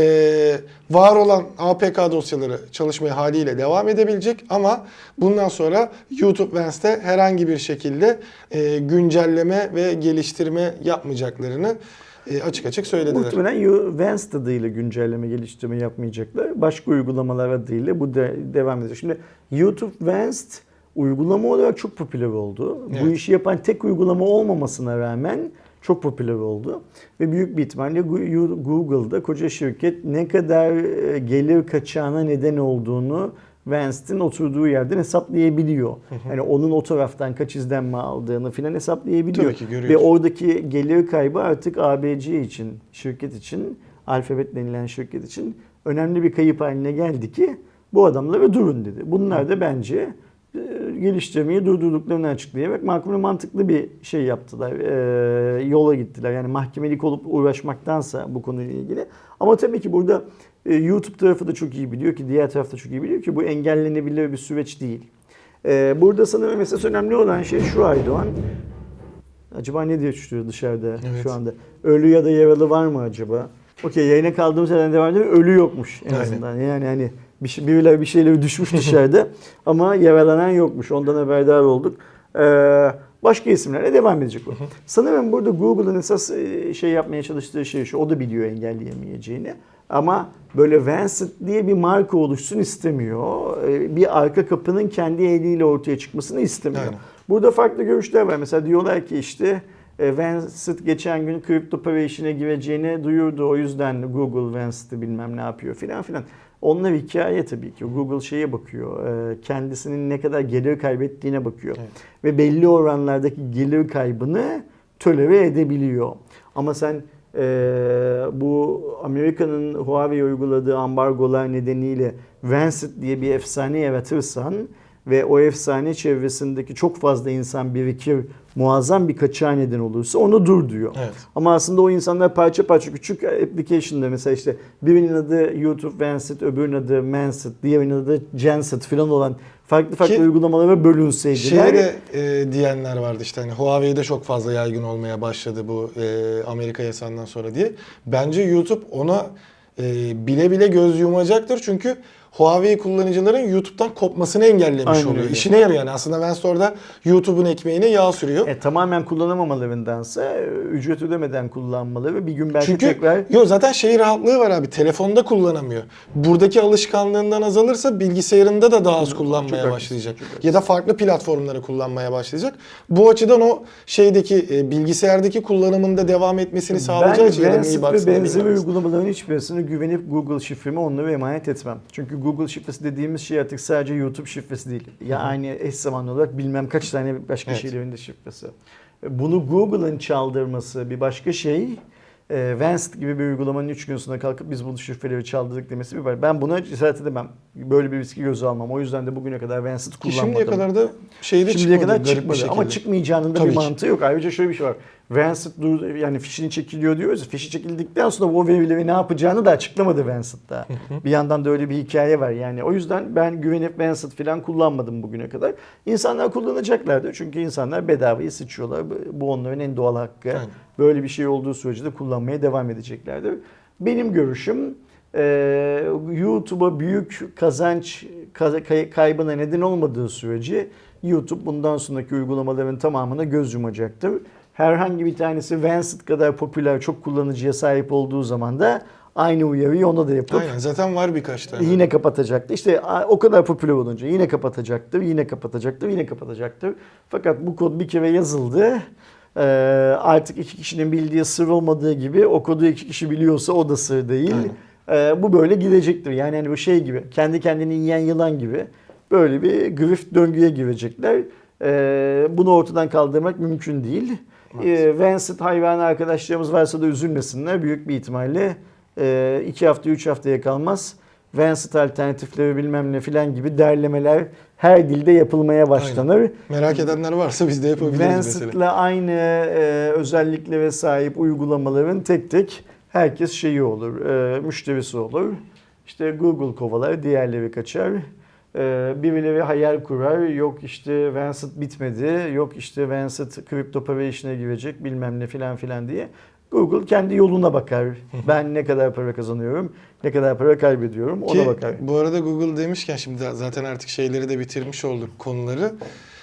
Var olan APK dosyaları çalışmaya haliyle devam edebilecek ama bundan sonra YouTube Vancet'te herhangi bir şekilde güncelleme ve geliştirme yapmayacaklarını açık açık söylediler. Muhtemelen Vancet adıyla güncelleme, geliştirme yapmayacaklar. Başka uygulamalar adıyla bu devam edecek. Şimdi YouTube Vancet uygulama olarak çok popüler oldu. Evet. Bu işi yapan tek uygulama olmamasına rağmen çok popüler oldu. Ve büyük bir ihtimalle Google'da koca şirket ne kadar gelir kaçağına neden olduğunu Vancet'in oturduğu yerden hesaplayabiliyor. Yani onun o taraftan kaç izlenme aldığını filan hesaplayabiliyor. Tabii ki görüyoruz. Ve oradaki gelir kaybı artık ABC için, şirket için, Alphabet denilen şirket için önemli bir kayıp haline geldi ki bu adamlara durun dedi. Bunlar da bence geliştirmeyi durdurduklarını açıklayarak makul ve mantıklı bir şey yaptılar. Yola gittiler. Yani mahkemelik olup uğraşmaktansa bu konuyla ilgili. Ama tabii ki burada YouTube tarafı da çok iyi biliyor ki, diğer taraf da çok iyi biliyor ki bu engellenebilir bir süreç değil. Burada sanırım mesela önemli olan şey şu Aydoğan. Acaba ne diye düşüyor dışarıda Evet. şu anda? Ölü ya da yaralı var mı acaba? Okey, yayına kaldığımız yerden devam edelim. Ölü yokmuş en Aynen. azından. Yani hani birileri bir şeyleri düşmüş dışarıda ama yaralanan yokmuş. Ondan haberdar olduk. Başka isimlerle devam edecek bu. Sanırım burada Google'ın esas şey yapmaya çalıştığı şey şu. O da biliyor engelleyemeyeceğini. Ama böyle Vancet diye bir marka oluşsun istemiyor. Bir arka kapının kendi eliyle ortaya çıkmasını istemiyor. Aynen. Burada farklı görüşler var. Mesela diyorlar ki işte Vancet geçen gün kripto para işine gireceğini duyurdu. O yüzden Google Vancet'i bilmem ne yapıyor filan filan. Onlar hikaye tabii ki. Google şeye bakıyor. Kendisinin ne kadar gelir kaybettiğine bakıyor. Evet. Ve belli oranlardaki gelir kaybını tolere edebiliyor. Ama sen bu Amerika'nın Huawei uyguladığı ambargolar nedeniyle Vancet diye bir efsane yaratırsan ve o efsane çevresindeki çok fazla insan birikir, muazzam bir kaçağa neden olursa onu dur diyor. Evet. Ama aslında o insanlar parça parça küçük application'da mesela işte birinin adı YouTube Vancet, öbürünün adı Mancet, diğerinin adı Genset falan olan farklı Ki uygulamalara bölünseydiler. Şeye de diyenler vardı işte hani Huawei'de çok fazla yaygın olmaya başladı bu Amerika yasağından sonra diye. Bence YouTube ona bile bile göz yumacaktır çünkü Huawei kullanıcıların YouTube'dan kopmasını engellemiş Aynen oluyor. öyle. İşine yarıyor yani. Aslında Vance orada YouTube'un ekmeğine yağ sürüyor. Tamamen kullanamamalarındansa ücret ödemeden kullanmaları bir gün belki Çünkü tekrar... zaten şey rahatlığı var abi. Telefonda kullanamıyor. Buradaki alışkanlığından azalırsa bilgisayarında da daha az kullanmaya Çok başlayacak. haklısın. Ya da farklı platformları kullanmaya başlayacak. Bu açıdan o şeydeki bilgisayardaki kullanımında devam etmesini sağlayacağı için ya da Mi Vancet ve Box'ın benzeri bilmem. uygulamaların hiçbirisine güvenip Google şifremi onlara emanet etmem. Çünkü Google şifresi dediğimiz şey artık sadece YouTube şifresi değil. Yani eş zamanlı olarak bilmem kaç tane başka Evet. şeylerin de şifresi. Bunu Google'ın çaldırması bir başka şey. Vancet gibi bir uygulamanın 3 gün sonra kalkıp biz bu şifreleri çaldırdık demesi bir var. Ben buna cesaret edemem. Böyle bir riski göze almam. O yüzden de bugüne kadar Vancet Ki kullanmadım. şimdiye kadar da şeyde Şimdiye çıkmadı. kadar garip bir çıkmadı şekilde. ama çıkmayacağının da Tabii bir ki. mantığı yok. Ayrıca şöyle bir şey var. Vancet yani fişini çekiliyor diyoruz ya. Fişi çekildikten sonra o verileri ne yapacağını da açıklamadı Vancet daha. Bir yandan da öyle bir hikaye var. Yani o yüzden ben güvenip Vancet falan kullanmadım bugüne kadar. İnsanlar kullanacaklardı. Çünkü insanlar bedavayı sıçıyorlar. Bu onların en doğal hakkı. Aynen. Böyle bir şey olduğu sürece de kullanmaya devam edeceklerdir. Benim görüşüm YouTube'a büyük kazanç kaybına neden olmadığı sürece YouTube bundan sonraki uygulamaların tamamına göz yumacaktır. Herhangi bir tanesi Vancet kadar popüler, çok kullanıcıya sahip olduğu zaman da aynı uyarıyı ona da yapıp Aynen zaten var birkaç tane. yine kapatacaktır. İşte o kadar popüler olunca yine kapatacaktır, yine kapatacaktır, yine kapatacaktır. Fakat bu kod bir kere yazıldı. Artık iki kişinin bildiği sır olmadığı gibi o kodu iki kişi biliyorsa o da sır değil. Bu böyle gidecektir. Yani hani bu şey gibi, kendi kendini yiyen yılan gibi böyle bir grift döngüye girecekler. Bunu ortadan kaldırmak mümkün değil. Vancet hayvanı arkadaşlarımız varsa da üzülmesinler. Büyük bir ihtimalle 2 hafta 3 haftaya kalmaz. Vancet alternatifleri bilmem ne filan gibi derlemeler her dilde yapılmaya başlanır. Merak edenler varsa biz de yapabiliriz mesela. Vancet'le aynı özelliklere sahip uygulamaların tek tek herkes şeyi olur, müşterisi olur. İşte Google kovalar, diğerleri kaçar. Birileri hayal kurar, yok işte Vancet bitmedi, yok işte Vancet Crypto Operation'a girecek bilmem ne filan filan diye. Google kendi yoluna bakar. Ben ne kadar para kazanıyorum, ne kadar para kaybediyorum ona Ki bakar. bu arada Google demişken şimdi zaten artık şeyleri de bitirmiş olduk konuları.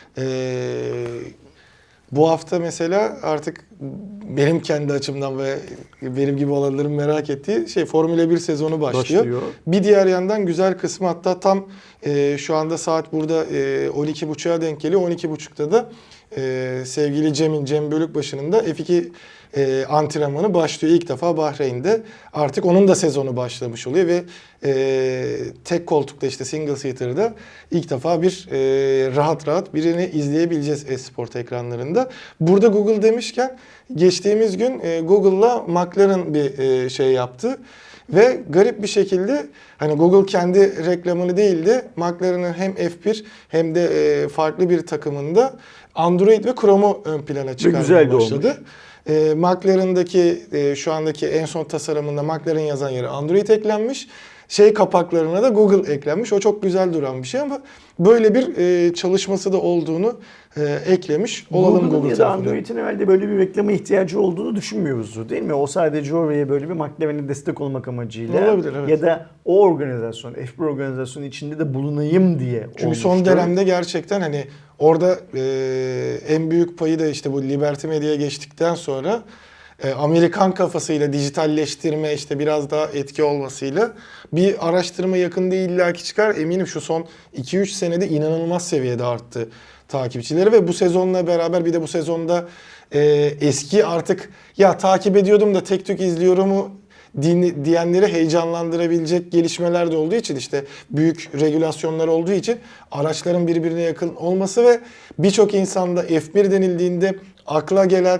Bu hafta mesela artık benim kendi açımdan ve benim gibi olanların merak ettiği şey Formula 1 sezonu başlıyor. Bir diğer yandan güzel kısmı hatta tam şu anda saat burada 12.30'a denk geliyor. 12.30'da da sevgili Cem Bölükbaşı'nın da F2 antrenmanı başlıyor. İlk defa Bahreyn'de. Artık onun da sezonu başlamış oluyor ve tek koltukta işte single seater'da ilk defa bir rahat birini izleyebileceğiz Esport ekranlarında. Burada Google demişken geçtiğimiz gün Google'la McLaren bir şey yaptı. Ve garip bir şekilde hani Google kendi reklamını değil de McLaren'ın hem F1 hem de farklı bir takımında Android ve Chrome'u ön plana çıkarmaya başladı. McLaren'daki şu andaki en son tasarımında McLaren yazan yere Android eklenmiş. Kapaklarına da Google eklenmiş. O çok güzel duran bir şey ama böyle bir çalışması da olduğunu eklemiş olalım Google'ın ya da tarafından. Android'in herhalde böyle bir reklama ihtiyacı olduğunu düşünmüyoruzdur değil mi? O sadece oraya böyle bir McLaren'e destek olmak amacıyla olabilir, evet. ya da o organizasyon, F1 organizasyonu içinde de bulunayım diye Çünkü olmuştur. son dönemde gerçekten hani orada en büyük payı da işte bu Liberty Media'ya geçtikten sonra Amerikan kafasıyla dijitalleştirme işte biraz daha etki olmasıyla bir araştırma yakında illaki çıkar. Eminim şu son 2-3 senede inanılmaz seviyede arttı takipçileri ve bu sezonla beraber bir de bu sezonda eski artık ya takip ediyordum da tek tük izliyorumu diyenleri heyecanlandırabilecek gelişmeler de olduğu için işte büyük regülasyonlar olduğu için araçların birbirine yakın olması ve birçok insanda F1 denildiğinde akla gelen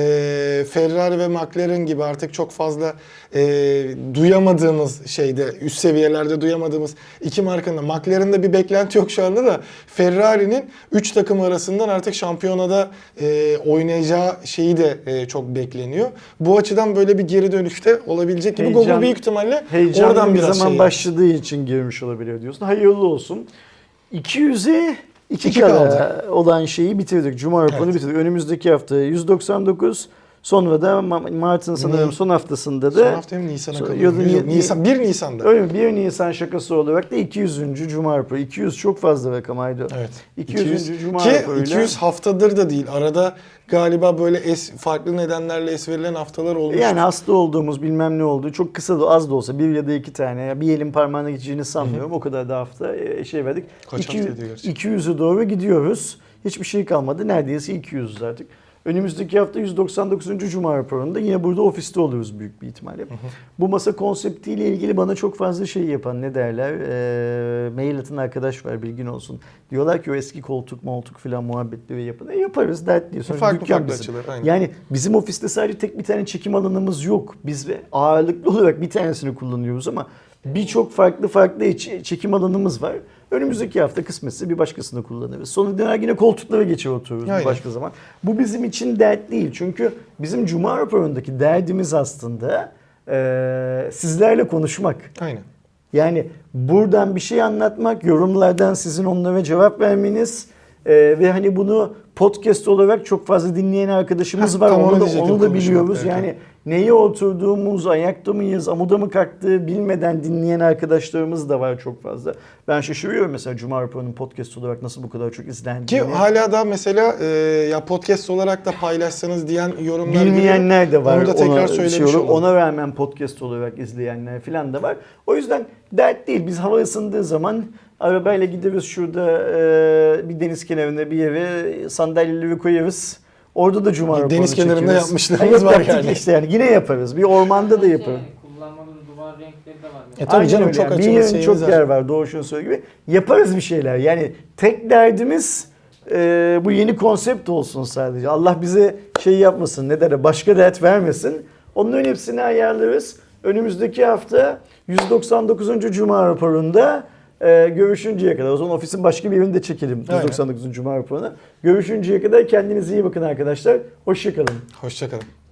Ferrari ve McLaren gibi artık çok fazla duyamadığımız şeyde, üst seviyelerde duyamadığımız iki markanın da, McLaren'da bir beklenti yok şu anda da, Ferrari'nin 3 takım arasından artık şampiyonada oynayacağı şeyi de çok bekleniyor. Bu açıdan böyle bir geri dönüşte olabilecek gibi. Google büyük ihtimalle heyecanlı oradan bir biraz zaman şey başladığı için girmiş olabilir diyorsun. Hayırlı olsun. 200'e 2 İki kala kaldı. olan şeyi bitirdik. Cuma raporunu Evet. bitirdik. Önümüzdeki hafta 199. Sonra da Mart'ın sanırım son haftasında da son hafta hem Nisan'a Sonra- kalıyor. ya da Yok, Nisan, 1 Nisan'da. öyle mi? 1 Nisan şakası olarak da 200. Cuma raporu. 200 çok fazla rakam Aydo. Evet. 200. Cuma Ki raporuyla 200 haftadır da değil. Arada galiba böyle farklı nedenlerle es verilen haftalar olmuş. yani hasta olduğumuz bilmem ne olduğu çok kısa da az da olsa bir ya da iki tane ya bir elin parmağına geçeceğini sanmıyorum. O kadar da hafta şey verdik. Kaç hafta ediyor gerçekten? 200'e doğru gidiyoruz. Hiçbir şey kalmadı. Neredeyse 200'üz artık. Önümüzdeki hafta 199. Cuma raporunda yine burada ofiste oluruz büyük bir ihtimalle. Bu masa konseptiyle ilgili bana çok fazla şey yapan ne derler mail atan arkadaş var bilgin olsun. Diyorlar ki o eski koltuk falan muhabbetleri yapın. Yaparız dert değil. Sonuçta Farklı dükkan farklı bizim. açılar, aynen. Yani bizim ofiste sadece tek bir tane çekim alanımız yok. Biz ağırlıklı olarak bir tanesini kullanıyoruz ama birçok farklı çekim alanımız var. Önümüzdeki hafta kısmetse bir başkasını kullanırız. Sonra döner yine koltuklara geçer otururuz bir başka zaman. Bu bizim için dert değil. Çünkü bizim Cuma raporundaki derdimiz aslında sizlerle konuşmak. Aynen. Yani buradan bir şey anlatmak, yorumlardan sizin onlara cevap vermeniz ve hani bunu podcast olarak çok fazla dinleyen arkadaşımız var. tam onu Onu da diyecektim, biliyoruz. konuşmak derken. Yani neye oturduğumuz, ayakta mıyız, amuda mı kalktığı bilmeden dinleyen arkadaşlarımız da var çok fazla. Ben şaşırıyorum mesela Cuma raporunun podcast olarak nasıl bu kadar çok Ki izlendiğini. hala da mesela ya podcast olarak da paylaşsanız diyen yorumlar Bilmeyenler de var. Onu da tekrar Ona söylemiş olalım. Ona rağmen podcast olarak izleyenler falan da var. O yüzden dert değil. Biz hava ısındığı zaman arabayla gideriz şurada bir deniz kenarında bir yere sandalyeleri koyarız. Orada da Cuma raporunu Deniz kenarında çekeriz. yapmışlığımız var yaptık yani. işte yani yine yaparız. Bir ormanda da yaparız. Kullanmadığımız duvar renkleri de var. Tabii Aynen canım, öyle. çok Yani. açımız Bir yerin şeyimiz çok var. yer var. Doğuş'un söylediği gibi. Yaparız bir şeyler. Yani tek derdimiz bu yeni konsept olsun sadece. Allah bize şey yapmasın, ne der, başka dert vermesin. Onların hepsini ayarlarız. Önümüzdeki hafta 199. Cuma raporunda görüşünceye kadar. O zaman ofisin başka bir yerinde çekelim. Aynen. 199. Cuma raporuna. Görüşünceye kadar kendinize iyi bakın arkadaşlar. Hoşça kalın. Hoşça kalın.